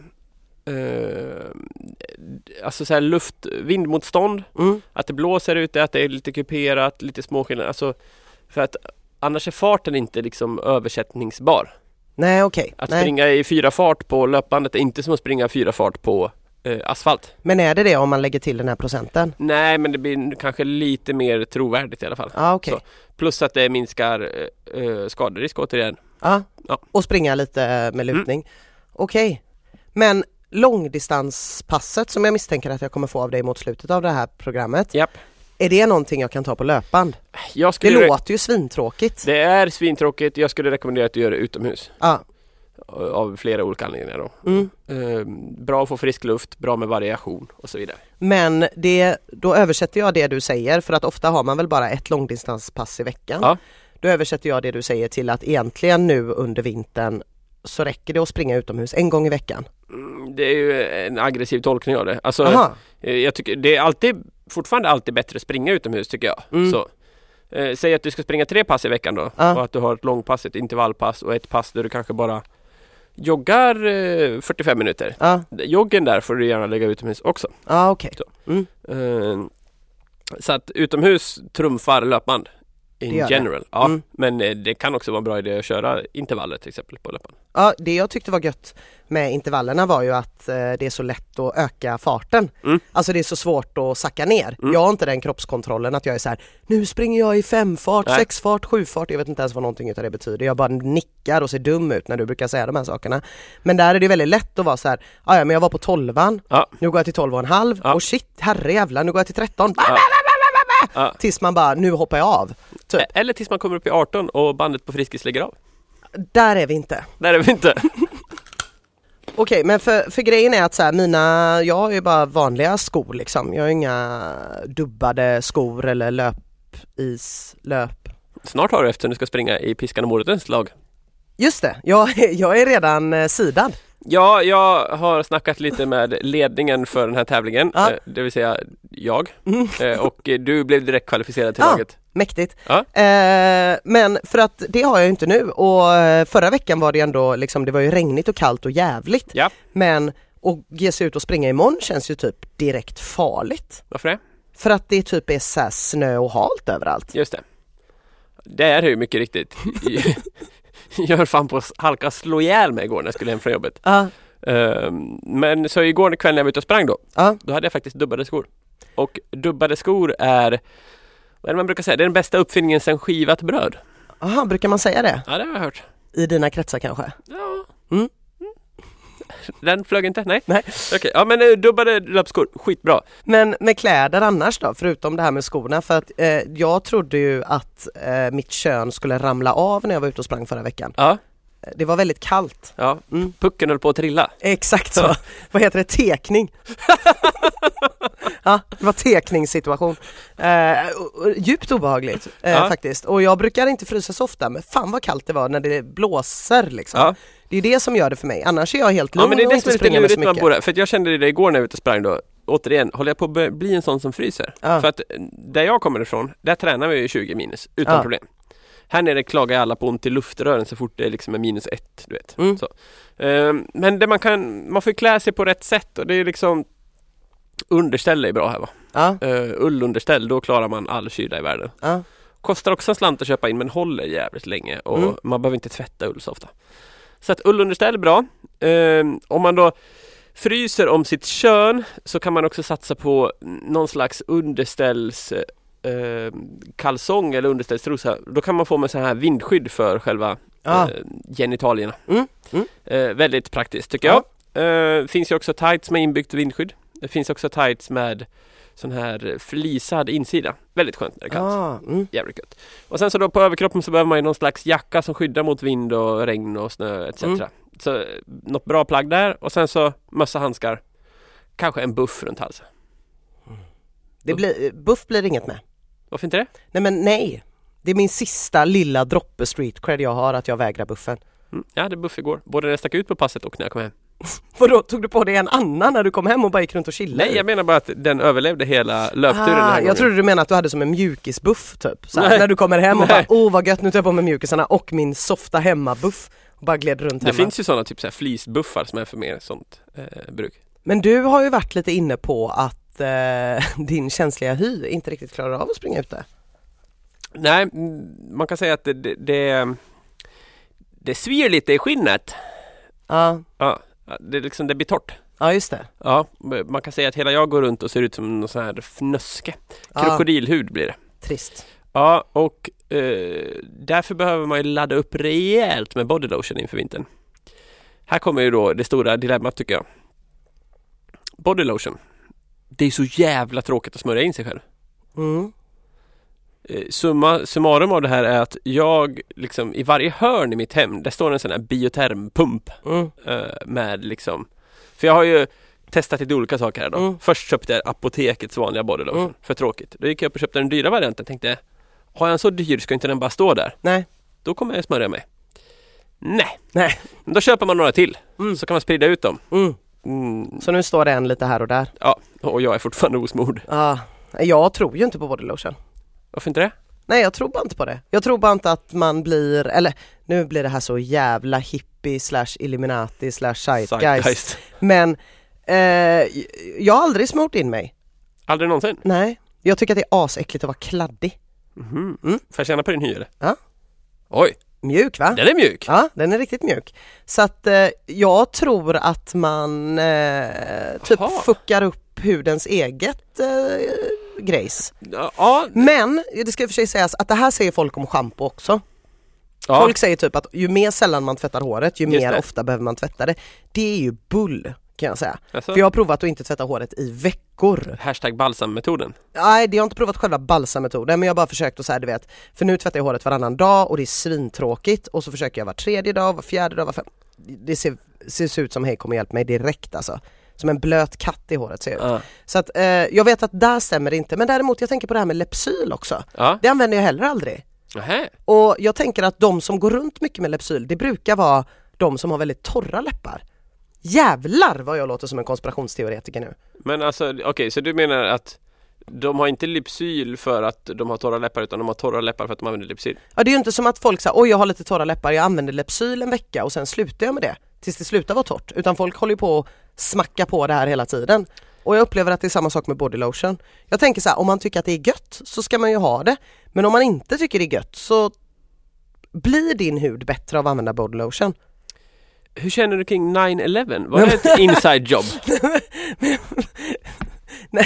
eh, alltså så här luft, vindmotstånd. Mm. Att det blåser ute, att det är lite kuperat, lite småskillnader. Alltså, för att annars är farten inte liksom översättningsbar. Nej, okej. Att Nej. springa i fyra fart på löpbandet är inte som att springa fyra fart på eh, asfalt. Men är det det om man lägger till den här procenten? Nej, men det blir kanske lite mer trovärdigt i alla fall. Ja, okej. Så. Plus att det minskar eh, eh, skaderisk återigen. Ja. Ja. Och springa lite eh, med lutning. Okej. Men långdistanspasset som jag misstänker att jag kommer få av dig mot slutet av det här programmet. Japp. Är det någonting jag kan ta på löpband? Jag Det skulle re- låter ju svintråkigt. det är svintråkigt. Jag skulle rekommendera att du gör det utomhus. Ja. Av flera olika anledningar då. Mm. Eh, bra att få frisk luft, bra med variation och så vidare. Men det, då översätter jag det du säger, för att ofta har man väl bara ett långdistanspass i veckan. Ja. Då översätter jag det du säger till att egentligen nu under vintern så räcker det att springa utomhus en gång i veckan. Mm, det är ju en aggressiv tolkning av det. Alltså, Aha. eh, jag tycker det är alltid, fortfarande alltid bättre att springa utomhus tycker jag. Mm. Så, eh, säg att du ska springa tre pass i veckan då. Ja. Och att du har ett långpass, ett intervallpass och ett pass där du kanske bara joggar eh, fyrtiofem minuter. Ja, Joggen där får du gärna lägga utomhus också. ja okej. Så. Mm. Eh, så att utomhus trumfar löpband Det in gör det. general. Ja, Mm. men eh, det kan också vara en bra idé att köra intervaller till exempel på löpband. Ja, det jag tyckte var gött med intervallerna var ju att eh, det är så lätt att öka farten. Mm. Alltså det är så svårt att sacka ner. Mm. Jag har inte den kroppskontrollen att jag är så här: nu springer jag i femfart, Nej. sexfart, sjuffart. Jag vet inte ens vad någonting utav det betyder. Jag bara nickar och ser dum ut när du brukar säga de här sakerna. Men där är det väldigt lätt att vara så här: ja men jag var på tolvan, Ja. nu går jag till tolv och en halv Ja. och shit, herrejävlar, nu går jag till tretton. Ja. Ja. tills man bara, nu hoppar jag av. Typ. Eller tills man kommer upp i arton och bandet på Friskis lägger av. Där är vi inte. Där är vi inte. Okej, men för, för grejen är att så här, mina, jag har ju bara vanliga skor liksom. Jag har inga dubbade skor eller löpis, löp. Snart har du efter du ska springa i Piskan och Morotens lag. Just det, jag, jag är redan eh, sidad. Ja, jag har snackat lite med ledningen för den här tävlingen, Ja. eh, det vill säga jag. Mm. Eh, och eh, du blev direkt kvalificerad till Ja. laget. Mäktigt. Ja. Eh, men för att det har jag ju inte nu och eh, förra veckan var det ändå liksom, det var ju regnigt och kallt och jävligt. Ja, Men att ge sig ut och springa imorgon känns ju typ direkt farligt. varför det? För att det typ är så här snö och halt överallt. Just det. Det är ju mycket riktigt. Jag höll fan på att halka slå ihjäl mig igår när jag skulle hem från jobbet. Ja, Um, men så igår kväll när jag var ute och sprang då, ja. då hade jag faktiskt dubbade skor. Och dubbade skor är, vad är det man brukar säga, det är den bästa uppfinningen sedan skivat bröd. Aha, brukar man säga det? Ja, det har jag hört. I dina kretsar kanske? Ja. Mm. Den flög inte? Nej. Nej. Okej, ja men eh, dubbade löpskor, skitbra. Men med kläder annars då, förutom det här med skorna, för att eh, jag trodde ju att eh, mitt kön skulle ramla av när jag var ute och sprang förra veckan. Ja, Det var väldigt kallt. ja. Mm. Pucken höll på att trilla. Exakt så. Vad heter det? Tekning. Ja, det var tekningssituation. Eh, och- och djupt obehagligt eh, Ja. faktiskt. Och jag brukar inte frysa så ofta, men fan vad kallt det var när det blåser liksom. Ja. Det är det som gör det för mig. Annars är jag helt lugn Ja, men det är och det inte som är lite springer med så lurigt när man mycket. bor här. För att jag kände det igår när jag var ute och sprang då. Återigen, håller jag på att bli- bli en sån som fryser? Ja. För att där jag kommer ifrån, där tränar vi ju tjugo minus utan Ja. problem. Här nere klagar alla på ont i luftrören så fort det liksom är minus ett, du vet. Mm. Så. Ehm, men det man kan, man får ju klä sig på rätt sätt och det är liksom underställ är bra här va. Ja, Uh, ullunderställ, då klarar man all kyla i världen. ja. Kostar också en slant att köpa in men håller jävligt länge och Mm. man behöver inte tvätta ull så ofta. Så att ullunderställ är bra. Ehm, om man då fryser om sitt kön så kan man också satsa på någon slags underställs eh, kalsong eller underställstrosa. Då kan man få med så här vindskydd för själva Ja. eh, genitalierna. Mm. Mm. Eh, väldigt praktiskt tycker Ja. jag. Eh, finns ju också tights med inbyggt vindskydd. Det finns också tights med sån här flisad insida. Väldigt skönt när det är kallt. Ah, mm. Jävligt gött. Och sen så då på överkroppen så behöver man ju någon slags jacka som skyddar mot vind och regn och snö et cetera. Mm. Så eh, något bra plagg där. Och sen så mössa, handskar. Kanske en buff runt halsen. Det blir, buff blir inget med. Varför inte det? Nej men nej. Det är min sista lilla droppe street cred jag har att jag vägrar buffen. Mm. Jag hade buff igår. Både när jag stack ut på passet och när jag kom hem. Vadå, tog du på dig en annan när du kom hem och bara gick runt och chillade? Nej, jag menar bara att den överlevde hela löpturen. den här Ah, gången. jag trodde du menade att du hade som en mjukisbuff typ. Såhär, Nej. när du kommer hem och Nej. bara, oh vad gött, nu tar jag på mig mjukisarna och min softa hemmabuff. Och bara gled runt Det hemma. finns ju sådana typ så här fleecebuffar som är för mer sånt eh, bruk. Men du har ju varit lite inne på att eh, din känsliga hy inte riktigt klarar av att springa ute. Nej, mm, man kan säga att det, det, det, det svir lite i skinnet. Ja, Ja, det, är liksom, det blir torrt. ja just det. Ja, man kan säga att hela jag går runt och ser ut som någon sån här fnöske. Ja. Krokodilhud blir det. Trist. Ja, och eh, därför behöver man ju ladda upp rejält med body lotion inför vintern. Här kommer ju då det stora dilemmat tycker jag. Body lotion. Det är så jävla tråkigt att smörja in sig själv. Mm. Eh, summa summarum av det här är att jag liksom i varje hörn i mitt hem, där står en sån här biotermpump Mm. eh, med liksom, för jag har ju testat lite olika saker här då. Mm. Först köpte jag apotekets vanliga body lotion, Mm. för tråkigt. Då gick jag upp och köpte den dyra varianten, tänkte har jag en så dyr ska inte den bara stå där. Nej. Då kommer jag smörja mig. Nej, Nej. men då köper man några till, Mm. så kan man sprida ut dem. Mm. Mm, Så nu står det en lite här och där. ja, och jag är fortfarande osmord. Ja, jag tror ju inte på body lotion. Varför inte det? Nej, jag tror bara inte på det. Jag tror bara inte att man blir, eller nu blir det här så jävla hippie slash illuminati slash zeitgeist. Zeitgeist. Men eh, jag har aldrig smort in mig. Aldrig någonsin. Nej, jag tycker att det är asäckligt att vara kladdig. Mhm. Mm. Får jag känna på din hy eller? Ja. Oj, Mjuk va? den är mjuk. Ja, den är riktigt mjuk. Så att eh, jag tror att man eh, typ Jaha. fuckar upp hudens eget eh, grejs. Ja, Men det ska i och för sig sägas att det här säger folk om shampoo också. ja. Folk säger typ att ju mer sällan man tvättar håret, ju Just mer det. ofta behöver man tvätta det. Det är ju bull kan jag säga. Alltså, För jag har provat att inte tvätta håret i veckor veckor. Hashtag balsammetoden. Nej, det har inte provat själva balsammetoden, men jag har bara försökt att så här, du vet, för nu tvättar jag håret varannan dag och det är svintråkigt och så försöker jag var tredje dag, var fjärde dag, var fem. Det ser, ser ut som hej kommer hjälpa mig direkt alltså. Som en blöt katt i håret ser ut. Ja. Så att eh, jag vet att där stämmer det inte, men däremot jag tänker på det här med Lepsyl också. Ja. Det använder jag heller aldrig. Nähä. Och jag tänker att de som går runt mycket med Lepsyl, det brukar vara de som har väldigt torra läppar. Jävlar vad jag låter som en konspirationsteoretiker nu. Men alltså, okej, okay, så du menar att de har inte Lypsyl för att de har torra läppar, utan de har torra läppar för att de använder Lypsyl? Ja, det är ju inte som att folk säger, oj jag har lite torra läppar, jag använder Lepsyl en vecka och sen slutar jag med det tills det slutar vara torrt. Utan folk håller ju på att smacka på det här hela tiden. Och jag upplever att det är samma sak med body lotion. Jag tänker så här, om man tycker att det är gött så ska man ju ha det. Men om man inte tycker det är gött så blir din hud bättre av att använda body lotion. Hur känner du kring nine eleven? Var det ett inside job? Nej.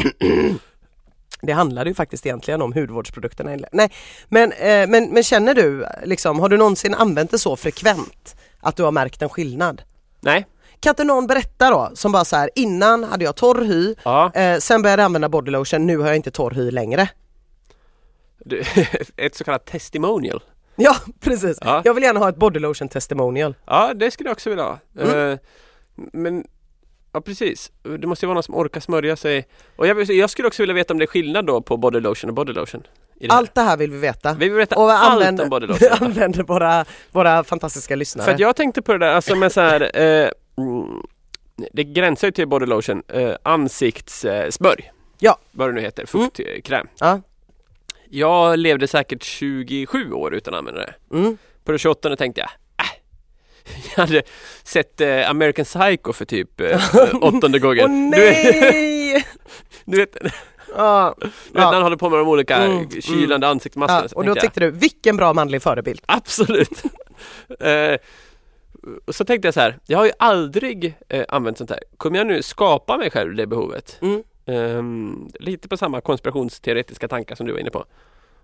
Det handlar ju faktiskt egentligen om hudvårdsprodukterna. Nej, men, eh, men, men känner du, liksom, har du någonsin använt det så frekvent att du har märkt en skillnad? Nej. Kan inte någon berätta då, som bara så här, innan hade jag torr hy, Ja. eh, sen började jag använda body lotion, nu har jag inte torr hy längre. Du, ett så kallat testimonial. Ja, precis. Ja. Jag vill gärna ha ett body lotion testimonial. Ja, det skulle jag också vilja ha. Mm. Uh, men, ja precis. Det måste ju vara någon som orkar smörja sig. Och jag, jag skulle också vilja veta om det är skillnad då på body lotion och body lotion. I det Allt det här vill vi veta. Vi vill veta och allt använder, om body lotion. använder våra, våra fantastiska lyssnare. För att jag tänkte på det där, alltså med så här, eh, mm, det gränsar ju till body lotion, eh, ansiktssmörj. Ja. Vad det nu heter, fuktkräm. Ja. Jag levde säkert tjugosju år utan att använda det. Mm. På det tjugoåttonde tänkte jag, äh, jag hade sett eh, American Psycho för typ eh, åttonde gången. Åh nej! Du vet, Ja. du vet när han håller på med de olika Mm, kylande ansiktsmaskerna. Ja, så och då tänkte tyckte du, vilken bra manlig förebild. jag, absolut. eh, och så tänkte jag så här, jag har ju aldrig eh, använt sånt här. Kommer jag nu skapa mig själv det behovet? Mm. Um, lite på samma konspirationsteoretiska tankar som du var inne på.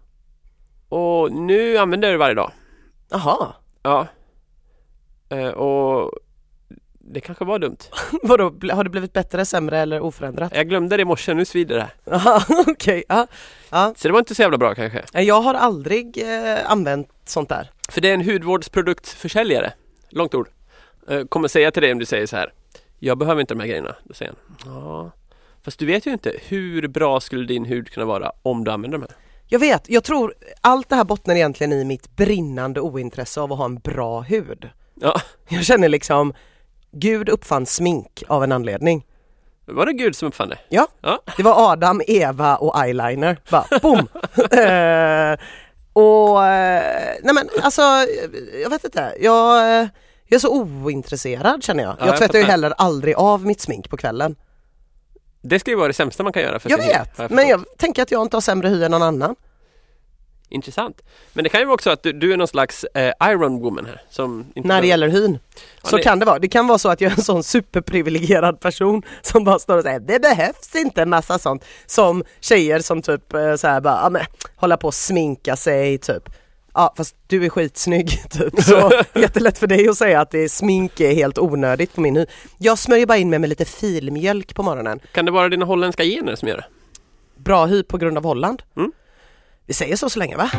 Och nu använder jag det varje dag. Jaha. Ja. Uh, och det kanske var dumt. Vadå, bl- har det blivit bättre, sämre eller oförändrat? Jag glömde det i morse, nu svider det. Jaha, okej. Okay. Ja. Ja. Så det var inte så jävla bra kanske. Jag har aldrig eh, använt sånt där. För det är en hudvårdsproduktförsäljare. Långt ord. Uh, kommer säga till dig om du säger så här: jag behöver inte de här grejerna. Då säger han, ja. Fast du vet ju inte, hur bra skulle din hud kunna vara om du använder de här? Jag vet, jag tror allt det här bottnar egentligen i mitt brinnande ointresse av att ha en bra hud. Ja. Jag känner liksom, Gud uppfann smink av en anledning. Var det Gud som uppfann det? Ja, Ja. det var Adam, Eva och eyeliner. Bara boom! eh, och, eh, nej men alltså, jag vet inte. Jag, eh, jag är så ointresserad känner jag. Ja, jag jag tvättar ju fattar. heller aldrig av mitt smink på kvällen. Det ska ju vara det sämsta man kan göra för Jag sin hud, vet, har jag men förstått. jag tänker att jag inte har sämre hy än någon annan. Intressant. Men det kan ju vara också att du, du är någon slags eh, Iron Woman här. Som inte När det behöver- gäller hyn. Ja, Så det- kan det vara. Det kan vara så att jag är en sån superprivilegierad person som bara står och säger det behövs inte en massa sånt. Som tjejer som typ eh, så här bara, ja, men, hålla på att sminka sig typ. Ja, fast du är skitsnygg typ. Så jättelätt för dig att säga att det är smink är helt onödigt på min hy. Jag smörjer bara in mig med lite filmjölk på morgonen. Kan det vara dina holländska gener som gör det? Bra hy på grund av Holland. Mm. Vi säger så så länge va?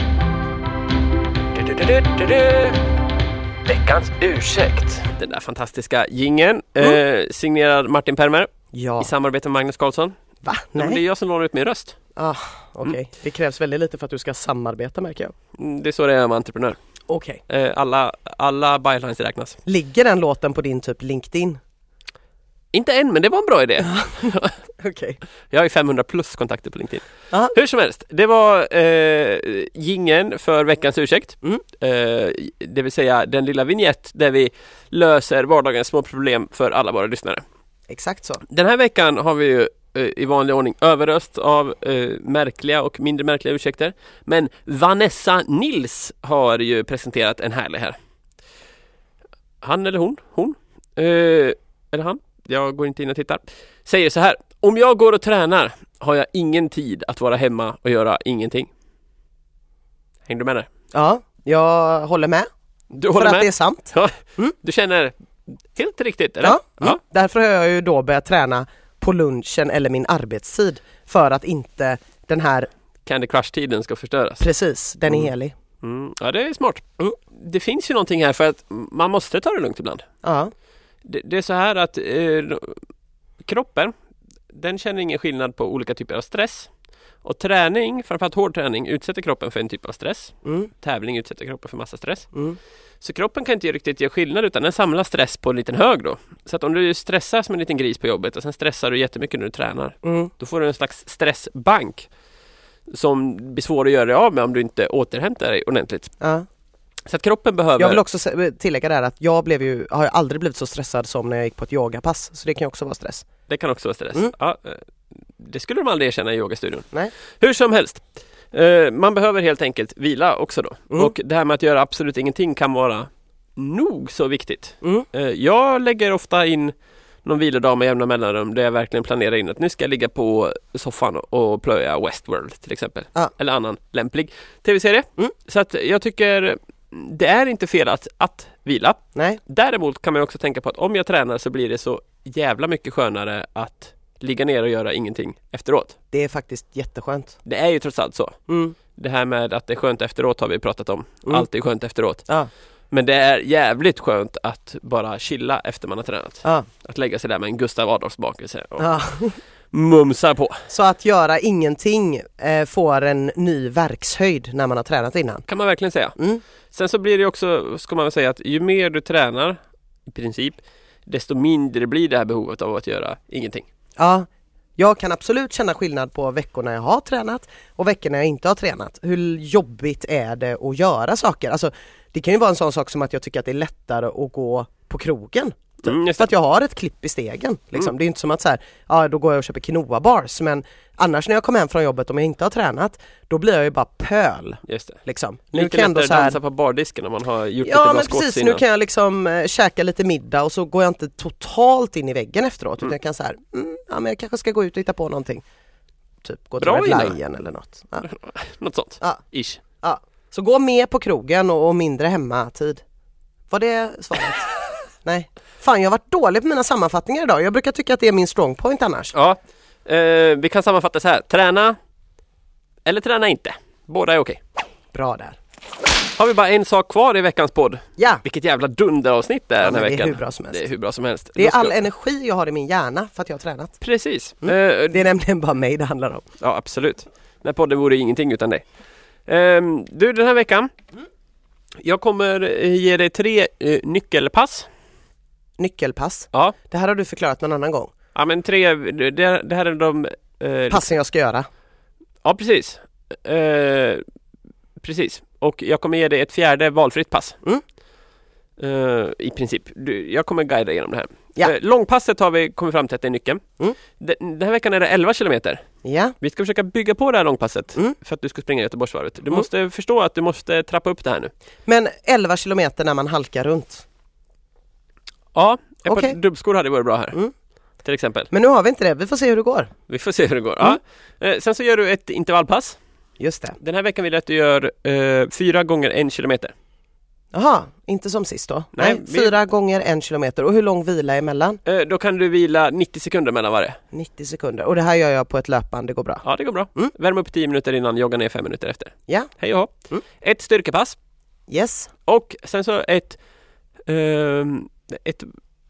Veckans ursäkt. Den där fantastiska jingeln. Eh, signerad Martin Permer Ja. i samarbete med Magnus Carlsson. Va? Nej. Men det är Nej. jag som lånar ut min röst. Ah, okej. Okay. Det krävs väldigt lite för att du ska samarbeta märker jag. Mm, Det är så det är att vara entreprenör. Okej. Eh, alla, alla bylines räknas. Ligger den låten på din typ LinkedIn? Inte än, men det var en bra idé. Okej. Jag har ju femhundra plus kontakter på LinkedIn. Aha. Hur som helst, det var eh, jingeln för veckans ursäkt. Mm. Eh, det vill säga den lilla vignett där vi löser vardagens små problem för alla våra lyssnare. Exakt så. Den här veckan har vi ju eh, i vanlig ordning överröst av eh, märkliga och mindre märkliga ursäkter. Men Vanessa Nils har ju presenterat en härlig här. Han eller hon? Hon? Eh, eller han? Jag går inte in och tittar. Säger så här: om jag går och tränar har jag ingen tid att vara hemma och göra ingenting. Hänger du med där? Ja, jag håller med. Du För håller att med? det är sant. Ja. Mm. Du känner helt riktigt, eller? Ja. Mm. Därför har jag ju då börjat träna på lunchen eller min arbetstid för att inte den här, Candy Crush-tiden ska förstöras. precis, den är Mm. helig. Mm. Ja, det är smart. Mm. Det finns ju någonting här för att man måste ta det lugnt ibland. Ja, Det, det är så här att eh, kroppen, den känner ingen skillnad på olika typer av stress. Och träning, framförallt hård träning, utsätter kroppen för en typ av stress. mm, Tävling utsätter kroppen för massa stress. mm, Så kroppen kan inte riktigt göra skillnad utan den samlar stress på en liten hög då. Så att om du stressar som en liten gris på jobbet och sen stressar du jättemycket när du tränar. mm. Då får du en slags stressbank som blir svår att göra dig av med om du inte återhämtar dig ordentligt. Ja. Så att kroppen behöver... Jag vill också sä- tillägga där att jag blev ju, har ju aldrig blivit så stressad som när jag gick på ett yogapass. Så det kan ju också vara stress. Det kan också vara stress. Mm. Ja, eh, det skulle de aldrig erkänna i yogastudion. Nej. Hur som helst. Eh, man behöver helt enkelt vila också då. Mm. Och det här med att göra absolut ingenting kan vara nog så viktigt. Mm. Eh, jag lägger ofta in någon vilodag med jämna mellanrum där jag verkligen planerar in att nu ska jag ligga på soffan och, och plöja Westworld till exempel. Ja. Eller annan lämplig tv-serie. Mm. Så att jag tycker det är inte fel att, att vila. Nej. Däremot kan man också tänka på att om jag tränar så blir det så jävla mycket skönare att ligga ner och göra ingenting efteråt. Det är faktiskt jätteskönt. Det är ju trots allt så. Mm. Det här med att det är skönt efteråt har vi pratat om. Mm. Allt är skönt efteråt. Ja. Men det är jävligt skönt att bara chilla efter man har tränat. Ja. Att lägga sig där med en Gustav Adolfs bakelse och Ja. mumsa på. Så att göra ingenting eh, får en ny verkshöjd när man har tränat innan. Kan man verkligen säga. Mm. Sen så blir det också, ska man väl säga att ju mer du tränar i princip, desto mindre blir det här behovet av att göra ingenting. Ja, jag kan absolut känna skillnad på veckor när jag har tränat och veckor när jag inte har tränat. Hur jobbigt är det att göra saker? Alltså, det kan ju vara en sån sak som att jag tycker att det är lättare att gå på krogen. Typ. Mm, just För det. att jag har ett klipp i stegen. Liksom. Mm. Det är inte som att så här, ja, då går jag och köper quinoa bars. Men annars när jag kommer hem från jobbet om jag inte har tränat, då blir jag ju bara pöl. Just det. Liksom. Nu Nu kan kan jag ändå lättare så här, dansa på bardisken om man har gjort lite ja bra men skotts precis, innan. nu kan jag liksom äh, käka lite middag och så går jag inte totalt in i väggen efteråt. Mm. Utan jag kan så här, mm, ja men jag kanske ska gå ut och hitta på någonting. Typ gå till Bra, Red Ina. Lion eller något. Ja. Något sånt. Ja. Ish. Ja. Så gå mer på krogen och, och mindre hemma tid. Var det svaret? Nej. Fan, jag har varit dålig på mina sammanfattningar idag. Jag brukar tycka att det är min strong point annars. Ja, eh, vi kan sammanfatta så här. Träna eller träna inte. Båda är okej. Bra där. Har vi bara en sak kvar i veckans podd. Ja, Vilket jävla dunderavsnitt det är Ja, den här men det är veckan. hur bra som helst. Det är hur bra som helst. det är Då ska- all energi jag har i min hjärna för att jag har tränat. Precis. Mm. Eh, Det är nämligen bara mig det handlar om. Ja, absolut. Den här podden vore ingenting utan dig. Ehm, du, den här veckan. Jag kommer eh, ge dig tre eh, nyckelpass. Nyckelpass. Ja. Det här har du förklarat någon annan gång. Ja, men tre. Det, det här är de... Eh, Passen jag ska göra. Ja, precis. Eh, precis. Och jag kommer ge dig ett fjärde valfritt pass. Mm. Eh, I princip. Du, jag kommer guida genom det här. Ja. Eh, långpasset har vi kommit fram till att det är nyckeln. Mm. Den, den här veckan är det elva kilometer. Ja. Vi ska försöka bygga på det här långpasset Mm. för att du ska springa Göteborgsvarvet. Du Mm. måste förstå att du måste trappa upp det här nu. Men elva kilometer när man halkar runt. Ja, ett Okej. par dubbskor hade varit bra här. Mm. Till exempel. Men nu har vi inte det. Vi får se hur det går. Vi får se hur det går. Mm. Ja. Eh, sen så gör du ett intervallpass. Just det. Den här veckan vill jag att du gör eh, fyra gånger en kilometer. Jaha, inte som sist då. Nej, Nej, vi- fyra gånger en kilometer. Och hur lång vila är emellan? Eh, då kan du vila nittio sekunder mellan varje. nittio sekunder. Och det här gör jag på ett löpband. Det går bra. Ja, det går bra. Mm. Värm upp tio minuter innan, jogga ner fem minuter efter. Ja. Hej och hå. Mm. Ett styrkepass. Yes. Och sen så ett ehm, ett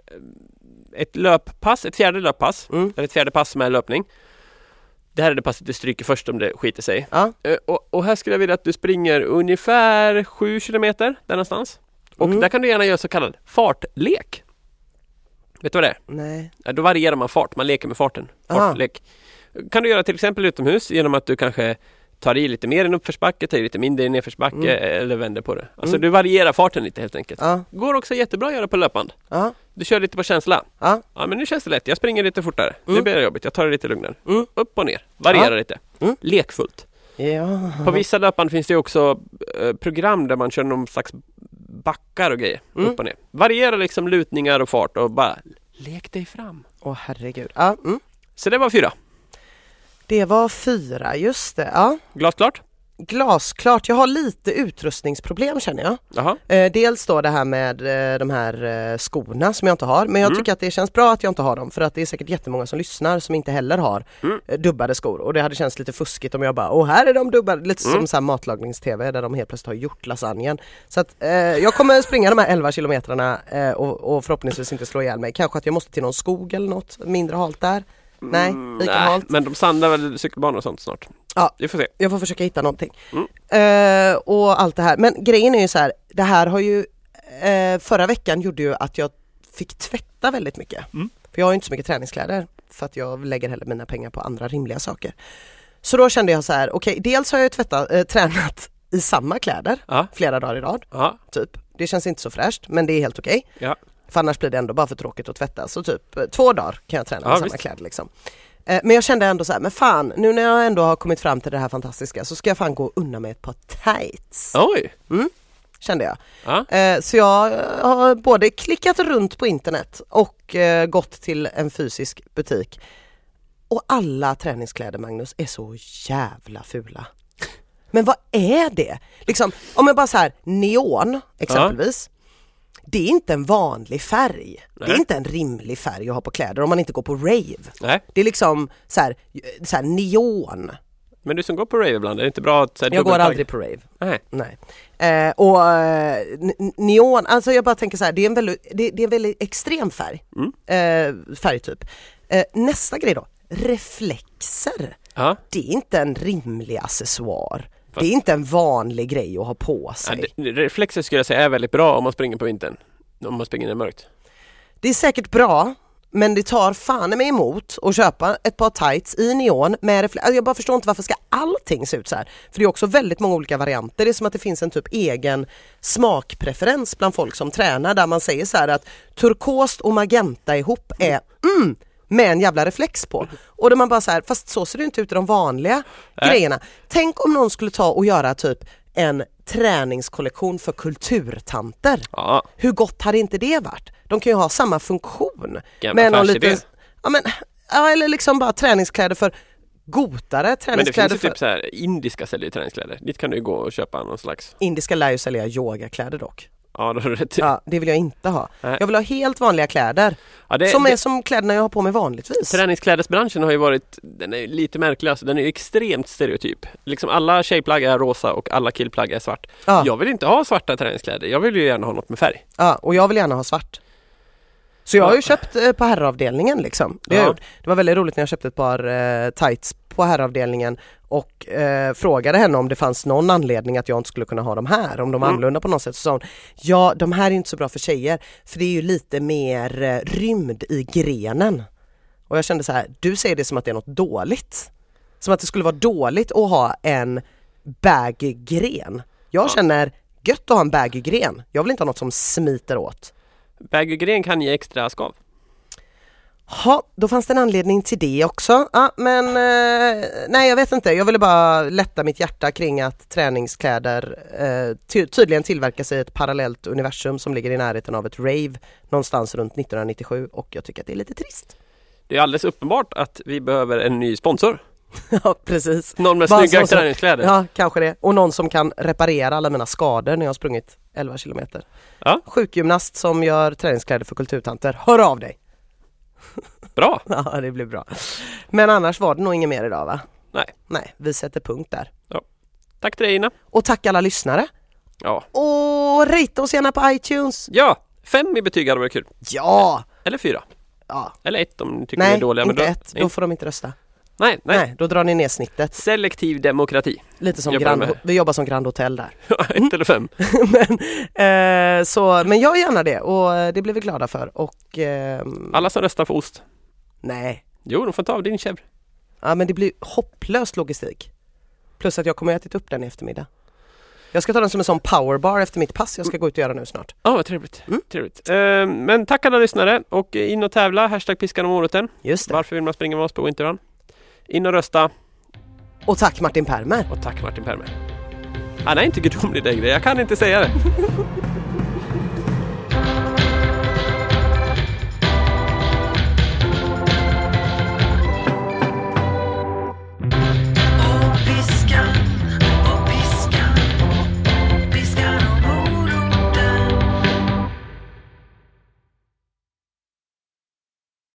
ett löppass, ett fjärde löppass. Mm. Eller ett fjärde pass som är löpning. Det här är det passet du stryker först om det skiter sig. Ja. Eh, och, och här skulle jag vilja att du springer ungefär sju kilometer där någonstans. Och Mm. där kan du gärna göra så kallad fartlek. Vet du vad det är? Nej. Ja, då varierar man fart, man leker med farten. Aha. Fartlek. Kan du göra till exempel utomhus genom att du kanske tar i lite mer i en uppförsbacke, tar i lite mindre i en nedförsbacke Mm. eller vänder på det. Alltså Mm. du varierar farten lite helt enkelt. Ja. Går också jättebra att göra på löpband. Ja. Du kör lite på känsla. Ja. Ja, men nu känns det lätt. Jag springer lite fortare. Det Mm. blir jobbigt. Jag tar det lite lugnare. Mm. Upp och ner. Variera Ja. lite. Mm. Lekfullt. Ja. På vissa löpband finns det också eh, program där man kör någon slags backar och grejer. Mm. Upp och ner. Variera liksom lutningar och fart och bara lek dig fram. Åh herregud. Ja. Mm. Så det var fyra. Det var fyra, just det. Ja. Glasklart? glasklart. Jag har lite utrustningsproblem känner jag. Jaha. Eh, dels då det här med eh, de här eh, skorna som jag inte har. Men jag Mm. tycker att det känns bra att jag inte har dem. För att det är säkert jättemånga som lyssnar som inte heller har Mm. eh, dubbade skor. Och det hade känts lite fuskigt om jag bara, åh här är de dubbade. Lite Mm. som så här matlagnings-tv där de helt plötsligt har gjort lasagnen. Så att eh, jag kommer springa de här elva kilometrarna eh, och, och förhoppningsvis inte slå ihjäl mig. Kanske att jag måste till någon skog eller något mindre halt där. Nej, Mm, lika nej, halt. men de sandar väl cykelbanor och sånt snart. Ja. Vi får se. Jag får försöka hitta någonting. Mm. Eh, och allt det här. Men grejen är ju så här, det här har ju eh, förra veckan gjorde ju att jag fick tvätta väldigt mycket. Mm. För jag har ju inte så mycket träningskläder för att jag lägger hellre mina pengar på andra rimliga saker. Så då kände jag så här, okej, okay, dels har jag ju tvättat, eh, tränat i samma kläder Ja. flera dagar i rad, Ja. typ. Det känns inte så fräscht, men det är helt okej. Ja. För annars blir det ändå bara för tråkigt att tvätta. Så typ eh, två dagar kan jag träna Ja, med samma visst. kläder liksom. Eh, men jag kände ändå så här, men fan, nu när jag ändå har kommit fram till det här fantastiska så ska jag fan gå och unna mig ett par tights. Oj. Kände jag. Ja. Eh, så jag har både klickat runt på internet och eh, gått till en fysisk butik. Och alla träningskläder, Magnus, är så jävla fula. Men vad är det? Liksom, om jag bara så här, neon exempelvis. Det är inte en vanlig färg. Nej. Det är inte en rimlig färg att ha på kläder om man inte går på rave. Nej. Det är liksom så här, så här neon. Men du som går på rave ibland, är det inte bra att... Så här, Jag går dubbelplagg? aldrig på rave. Nej. Nej. Eh, och eh, n- neon, alltså jag bara tänker så här, det är en väldigt, det, det är en väldigt extrem färg. Mm. Eh, färgtyp. Eh, nästa grej då, reflexer. Ja. Det är inte en rimlig accessoar. Fast- Det är inte en vanlig grej att ha på Ja, sig. det, reflexer skulle jag säga är väldigt bra om man springer på vintern. Om man springer när det är mörkt. Det är säkert bra, men det tar fan mig emot att köpa ett par tights i neon med reflex. Alltså jag bara förstår inte varför ska allting se ut så här. För det är också väldigt många olika varianter. Det är som att det finns en typ egen smakpreferens bland folk som tränar där man säger så här att turkost och magenta ihop är mm, med en jävla reflex på. Och då man bara så här, fast så ser det inte ut i de vanliga Nej. grejerna. Tänk om någon skulle ta och göra typ en träningskollektion för kulturtanter. Ja. Hur gott hade inte det varit? De kan ju ha samma funktion. Gamla Med någon affärsidé. liten, ja, men, ja, eller liksom bara träningskläder för gotare. Men det Träningskläder finns ju för... typ så här, indiska säljer träningskläder. Dit kan du ju gå och köpa någon slags... Indiska lär ju sälja yogakläder dock. Ja, då har du rätt. Ja, det vill jag inte ha. Nej. Jag vill ha helt vanliga kläder. Ja, det, som det, är som kläderna jag har på mig vanligtvis. Träningsklädesbranschen har ju varit, den är lite märklig, alltså, den är extremt stereotyp. Liksom alla tjejplagg är rosa och alla killplagg är svart. Ja. Jag vill inte ha svarta träningskläder, jag vill ju gärna ha något med färg. Ja, och jag vill gärna ha svart. Så jag har ju Ja. köpt eh, på herravdelningen liksom. Det, har jag Ja. gjort. Det var väldigt roligt när jag köpte ett par eh, tights på herravdelningen och eh, frågade henne om det fanns någon anledning att jag inte skulle kunna ha de här, om de är Mm. annorlunda på något sätt. Så sa hon, ja de här är inte så bra för tjejer för det är ju lite mer eh, rymd i grenen. Och jag kände så här, du säger det som att det är något dåligt. Som att det skulle vara dåligt att ha en baggy gren. Jag Ja. känner gött att ha en baggy gren. Jag vill inte ha något som smiter åt. Baggy-gren kan ge extra skav. Ja, då fanns det en anledning till det också. Ja, men eh, nej jag vet inte. Jag ville bara lätta mitt hjärta kring att träningskläder eh, ty- tydligen tillverkas i ett parallellt universum som ligger i närheten av ett rave någonstans runt nittonhundranittiosju och jag tycker att det är lite trist. Det är alldeles uppenbart att vi behöver en ny sponsor. Ja, precis. Någon med Bara snygga så- så- träningskläder. Ja, kanske det. Och någon som kan reparera alla mina skador när jag har sprungit elva kilometer. Ja. Sjukgymnast som gör träningskläder för kulturtanter. Hör av dig! Bra. Ja, det blir bra. Men annars var det nog inget mer idag va? Nej. Nej, vi sätter punkt där. Tack till dig Ina. Och tack alla lyssnare. Ja. Och rita oss gärna på iTunes. Ja, fem i betyg hade varit kul. Ja! Eller fyra. ja. Eller ett om ni tycker ni Nej, är dåliga. inte då, ett. Då får de inte rösta. Nej, nej. Nej, då drar ni ner snittet. Selektiv demokrati. Lite som Jobbar Grand, med. vi jobbar som Grand Hotel där. Ett eller fem. men, eh, så, men jag gärna det och eh, det blir vi glada för. Och, ehm, Alla som röstar för ost. nej, Jo, de får ta av din käbb. ja, men det blir hopplös logistik. Plus att jag kommer att ätit upp den i eftermiddag. Jag ska ta den som en sån powerbar efter mitt pass jag ska gå ut och göra nu snart. Ja, vad trevligt. Mm. trevligt. Eh, men tack alla lyssnare och in och tävla. Hashtag piskan och moroten. Just det. Varför vill man springa med oss på Winterrun? In och rösta. Och tack Martin Permer. Och tack Martin Permer. Han är inte gudomlig längre, jag kan inte säga det.